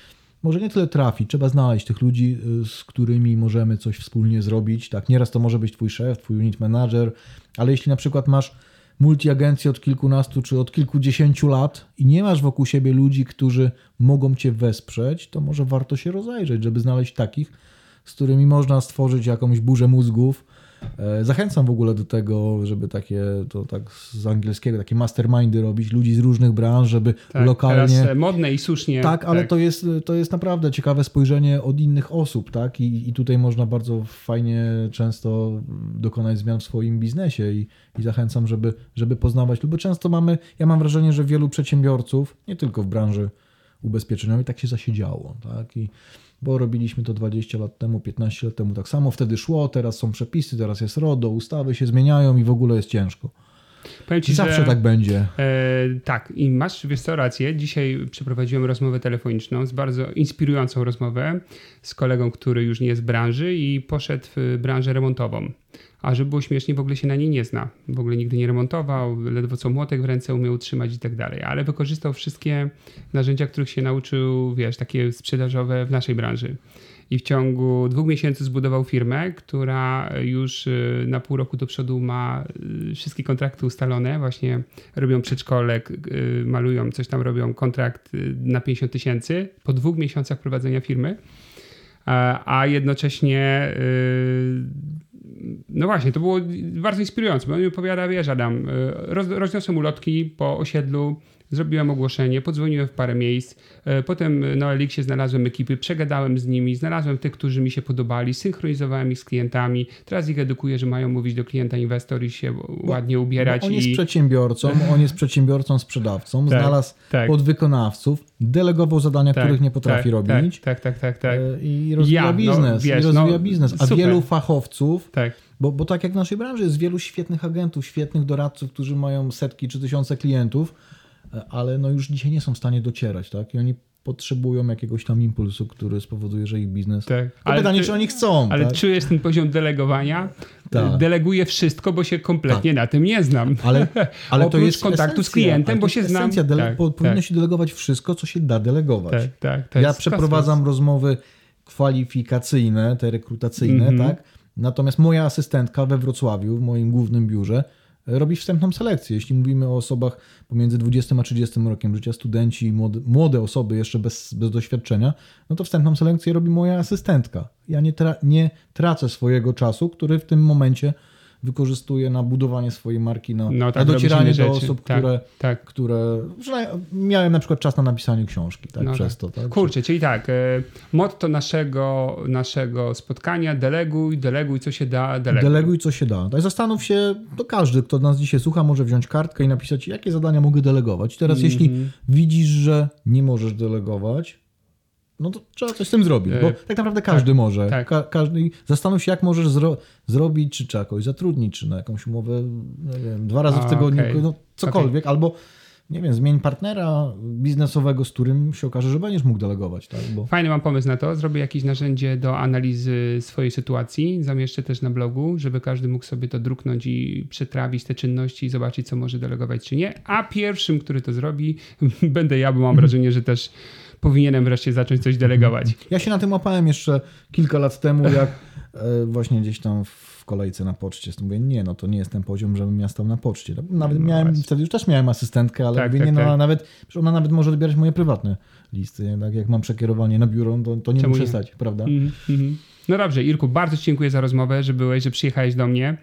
może nie tyle trafić, trzeba znaleźć tych ludzi, z którymi możemy coś wspólnie zrobić. Tak, nieraz to może być twój szef, twój unit manager, ale jeśli na przykład masz multiagencję od kilkunastu czy od kilkudziesięciu lat i nie masz wokół siebie ludzi, którzy mogą cię wesprzeć, to może warto się rozejrzeć, żeby znaleźć takich, z którymi można stworzyć jakąś burzę mózgów. Zachęcam w ogóle do tego, żeby takie, to tak z angielskiego, takie mastermindy robić, ludzi z różnych branż, żeby lokalnie... Teraz modne i słusznie. Tak, ale to jest naprawdę ciekawe spojrzenie od innych osób, tak? I tutaj można bardzo fajnie często dokonać zmian w swoim biznesie i zachęcam, żeby poznawać, bo często ja mam wrażenie, że wielu przedsiębiorców, nie tylko w branży ubezpieczeniowej, tak się zasiedziało, tak? Bo robiliśmy to 20 lat temu, 15 lat temu tak samo, wtedy szło, teraz są przepisy, teraz jest RODO, ustawy się zmieniają i w ogóle jest ciężko. Powiem ci, zawsze że, tak będzie. Tak, i masz, wiesz co, rację. Dzisiaj przeprowadziłem rozmowę telefoniczną, bardzo inspirującą rozmowę z kolegą, który już nie jest w branży i poszedł w branżę remontową. A żeby było śmiesznie, w ogóle się na niej nie zna. W ogóle nigdy nie remontował, ledwo co młotek w ręce umiał utrzymać i tak dalej. Ale wykorzystał wszystkie narzędzia, których się nauczył, wiesz, takie sprzedażowe w naszej branży. I w ciągu 2 miesięcy zbudował firmę, która już na pół roku do przodu ma wszystkie kontrakty ustalone. Właśnie robią przedszkole, malują, coś tam robią, kontrakt na 50 000 po 2 miesiącach prowadzenia firmy. A jednocześnie no właśnie, to było bardzo inspirujące, bo on mi opowiada, wiesz Adam, rozniosłem ulotki po osiedlu, zrobiłem ogłoszenie, podzwoniłem w parę miejsc, potem na Elixie znalazłem ekipy, przegadałem z nimi, znalazłem tych, którzy mi się podobali, synchronizowałem ich z klientami, teraz ich edukuję, że mają mówić do klienta inwestor i się ładnie ubierać. On jest przedsiębiorcą, sprzedawcą, znalazł podwykonawców, delegował zadania, których nie potrafi robić. Tak. I rozwija biznes. A wielu fachowców, bo tak jak w naszej branży jest wielu świetnych agentów, świetnych doradców, którzy mają setki czy tysiące klientów, ale no już dzisiaj nie są w stanie docierać, tak? I oni potrzebują jakiegoś tam impulsu, który spowoduje, że ich biznes... Ale pytanie, czy oni chcą. Ale tak? czujesz ten poziom delegowania? Deleguję wszystko, bo się kompletnie na tym nie znam. Ale to jest kontaktu esencja, z klientem, bo się znam. Powinno się delegować wszystko, co się da delegować. To ja przeprowadzam rozmowy kwalifikacyjne, te rekrutacyjne, tak? Natomiast moja asystentka we Wrocławiu, w moim głównym biurze, robi wstępną selekcję. Jeśli mówimy o osobach pomiędzy 20 a 30 rokiem życia, studenci, młode osoby jeszcze bez doświadczenia, no to wstępną selekcję robi moja asystentka. Ja nie tracę swojego czasu, który w tym momencie wykorzystuję na budowanie swojej marki, na docieranie do osób, które miałem na przykład czas na napisanie książki. Przez to. Tak? Kurczę, czyli motto naszego spotkania: deleguj, co się da, deleguj. Deleguj, co się da. Tak, zastanów się, to każdy, kto nas dzisiaj słucha, może wziąć kartkę i napisać, jakie zadania mogę delegować. Teraz jeśli widzisz, że nie możesz delegować, no to trzeba coś z tym zrobić, bo tak naprawdę każdy może. Każdy. Zastanów się, jak możesz zrobić, czy trzeba kogoś zatrudnić, czy na jakąś umowę, nie wiem, 2 razy w tygodniu, cokolwiek, albo nie wiem, zmień partnera biznesowego, z którym się okaże, że będziesz mógł delegować. Tak? Fajny mam pomysł na to. Zrobię jakieś narzędzie do analizy swojej sytuacji. Zamieszczę też na blogu, żeby każdy mógł sobie to druknąć i przetrawić te czynności i zobaczyć, co może delegować, czy nie. A pierwszym, który to zrobi, będę ja, bo mam wrażenie, że też powinienem wreszcie zacząć coś delegować. Ja się na tym łapałem jeszcze kilka lat temu, jak właśnie gdzieś tam w kolejce na poczcie. Mówię, nie, no to nie jest ten poziom, żebym ja stał na poczcie. Nawet wtedy już też miałem asystentkę, ale ona nawet może odbierać moje prywatne listy. Tak? Jak mam przekierowanie na biuro, to nie muszę stać, prawda? No dobrze, Irku, bardzo Ci dziękuję za rozmowę, że przyjechałeś do mnie.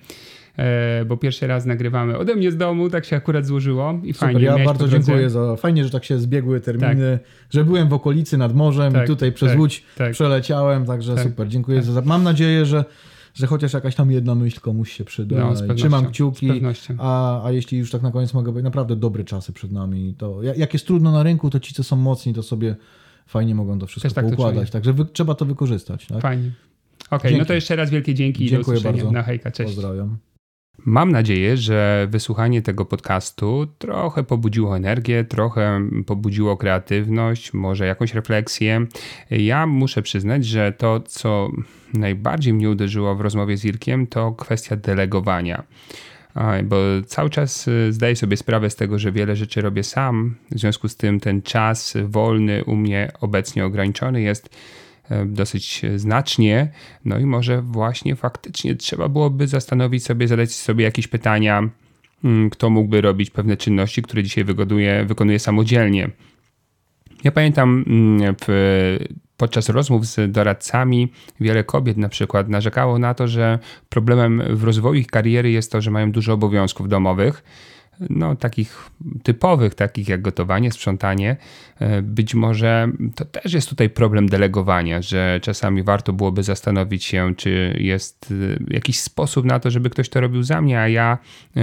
Bo pierwszy raz nagrywamy ode mnie z domu, tak się akurat złożyło i super, fajnie. Ja bardzo dziękuję fajnie, że tak się zbiegły terminy, że byłem w okolicy nad morzem i tutaj przez Łódź przeleciałem, także super, dziękuję mam nadzieję, że chociaż jakaś tam jedna myśl komuś się przyda. Trzymam kciuki, a jeśli już tak na koniec mogę powiedzieć, naprawdę dobre czasy przed nami. To jak jest trudno na rynku, to ci, co są mocni, to sobie fajnie mogą to wszystko poukładać, także trzeba to wykorzystać. Tak? Fajnie. Okej, no to jeszcze raz wielkie dzięki i do usłyszenia. Bardzo. Na hejka, cześć. Pozdrawiam. Mam nadzieję, że wysłuchanie tego podcastu trochę pobudziło energię, trochę pobudziło kreatywność, może jakąś refleksję. Ja muszę przyznać, że to, co najbardziej mnie uderzyło w rozmowie z Irkiem, to kwestia delegowania. bo cały czas zdaję sobie sprawę z tego, że wiele rzeczy robię sam. W związku z tym ten czas wolny u mnie obecnie ograniczony jest dosyć znacznie. No i może właśnie faktycznie trzeba byłoby zastanowić sobie, zadać sobie jakieś pytania, kto mógłby robić pewne czynności, które dzisiaj wykonuje samodzielnie. Ja pamiętam podczas rozmów z doradcami wiele kobiet na przykład narzekało na to, że problemem w rozwoju ich kariery jest to, że mają dużo obowiązków domowych, takich typowych, takich jak gotowanie, sprzątanie. Być może to też jest tutaj problem delegowania, że czasami warto byłoby zastanowić się, czy jest jakiś sposób na to, żeby ktoś to robił za mnie, a ja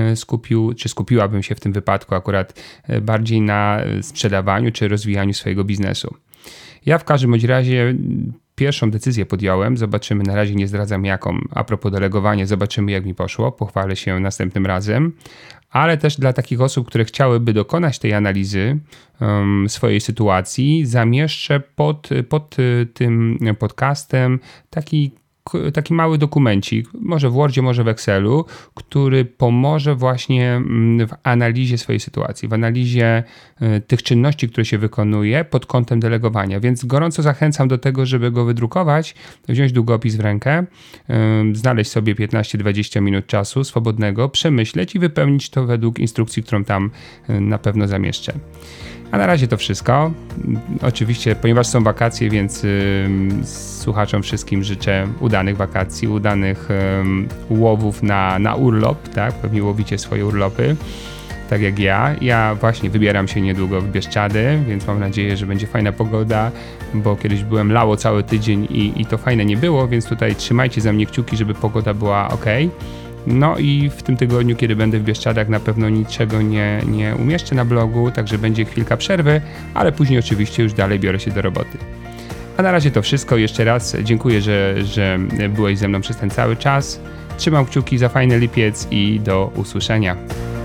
skupiłabym się w tym wypadku akurat bardziej na sprzedawaniu czy rozwijaniu swojego biznesu. Ja w każdym bądź razie pierwszą decyzję podjąłem, zobaczymy, na razie nie zdradzam jaką, a propos delegowania, zobaczymy jak mi poszło, pochwalę się następnym razem, ale też dla takich osób, które chciałyby dokonać tej analizy swojej sytuacji, zamieszczę pod tym podcastem taki mały dokumencik, może w Wordzie, może w Excelu, który pomoże właśnie w analizie swojej sytuacji, w analizie tych czynności, które się wykonuje pod kątem delegowania. Więc gorąco zachęcam do tego, żeby go wydrukować, wziąć długopis w rękę, znaleźć sobie 15-20 minut czasu swobodnego, przemyśleć i wypełnić to według instrukcji, którą tam na pewno zamieszczę. A na razie to wszystko. Oczywiście, ponieważ są wakacje, więc słuchaczom wszystkim życzę udanych wakacji, udanych łowów na urlop, tak? Pewnie łowicie swoje urlopy, tak jak ja. Ja właśnie wybieram się niedługo w Bieszczady, więc mam nadzieję, że będzie fajna pogoda, bo kiedyś byłem lało cały tydzień i to fajne nie było, więc tutaj trzymajcie za mnie kciuki, żeby pogoda była ok. No i w tym tygodniu, kiedy będę w Bieszczadach, na pewno niczego nie umieszczę na blogu, także będzie chwilka przerwy, ale później oczywiście już dalej biorę się do roboty. A na razie to wszystko. Jeszcze raz dziękuję, że byłeś ze mną przez ten cały czas. Trzymam kciuki za fajny lipiec i do usłyszenia.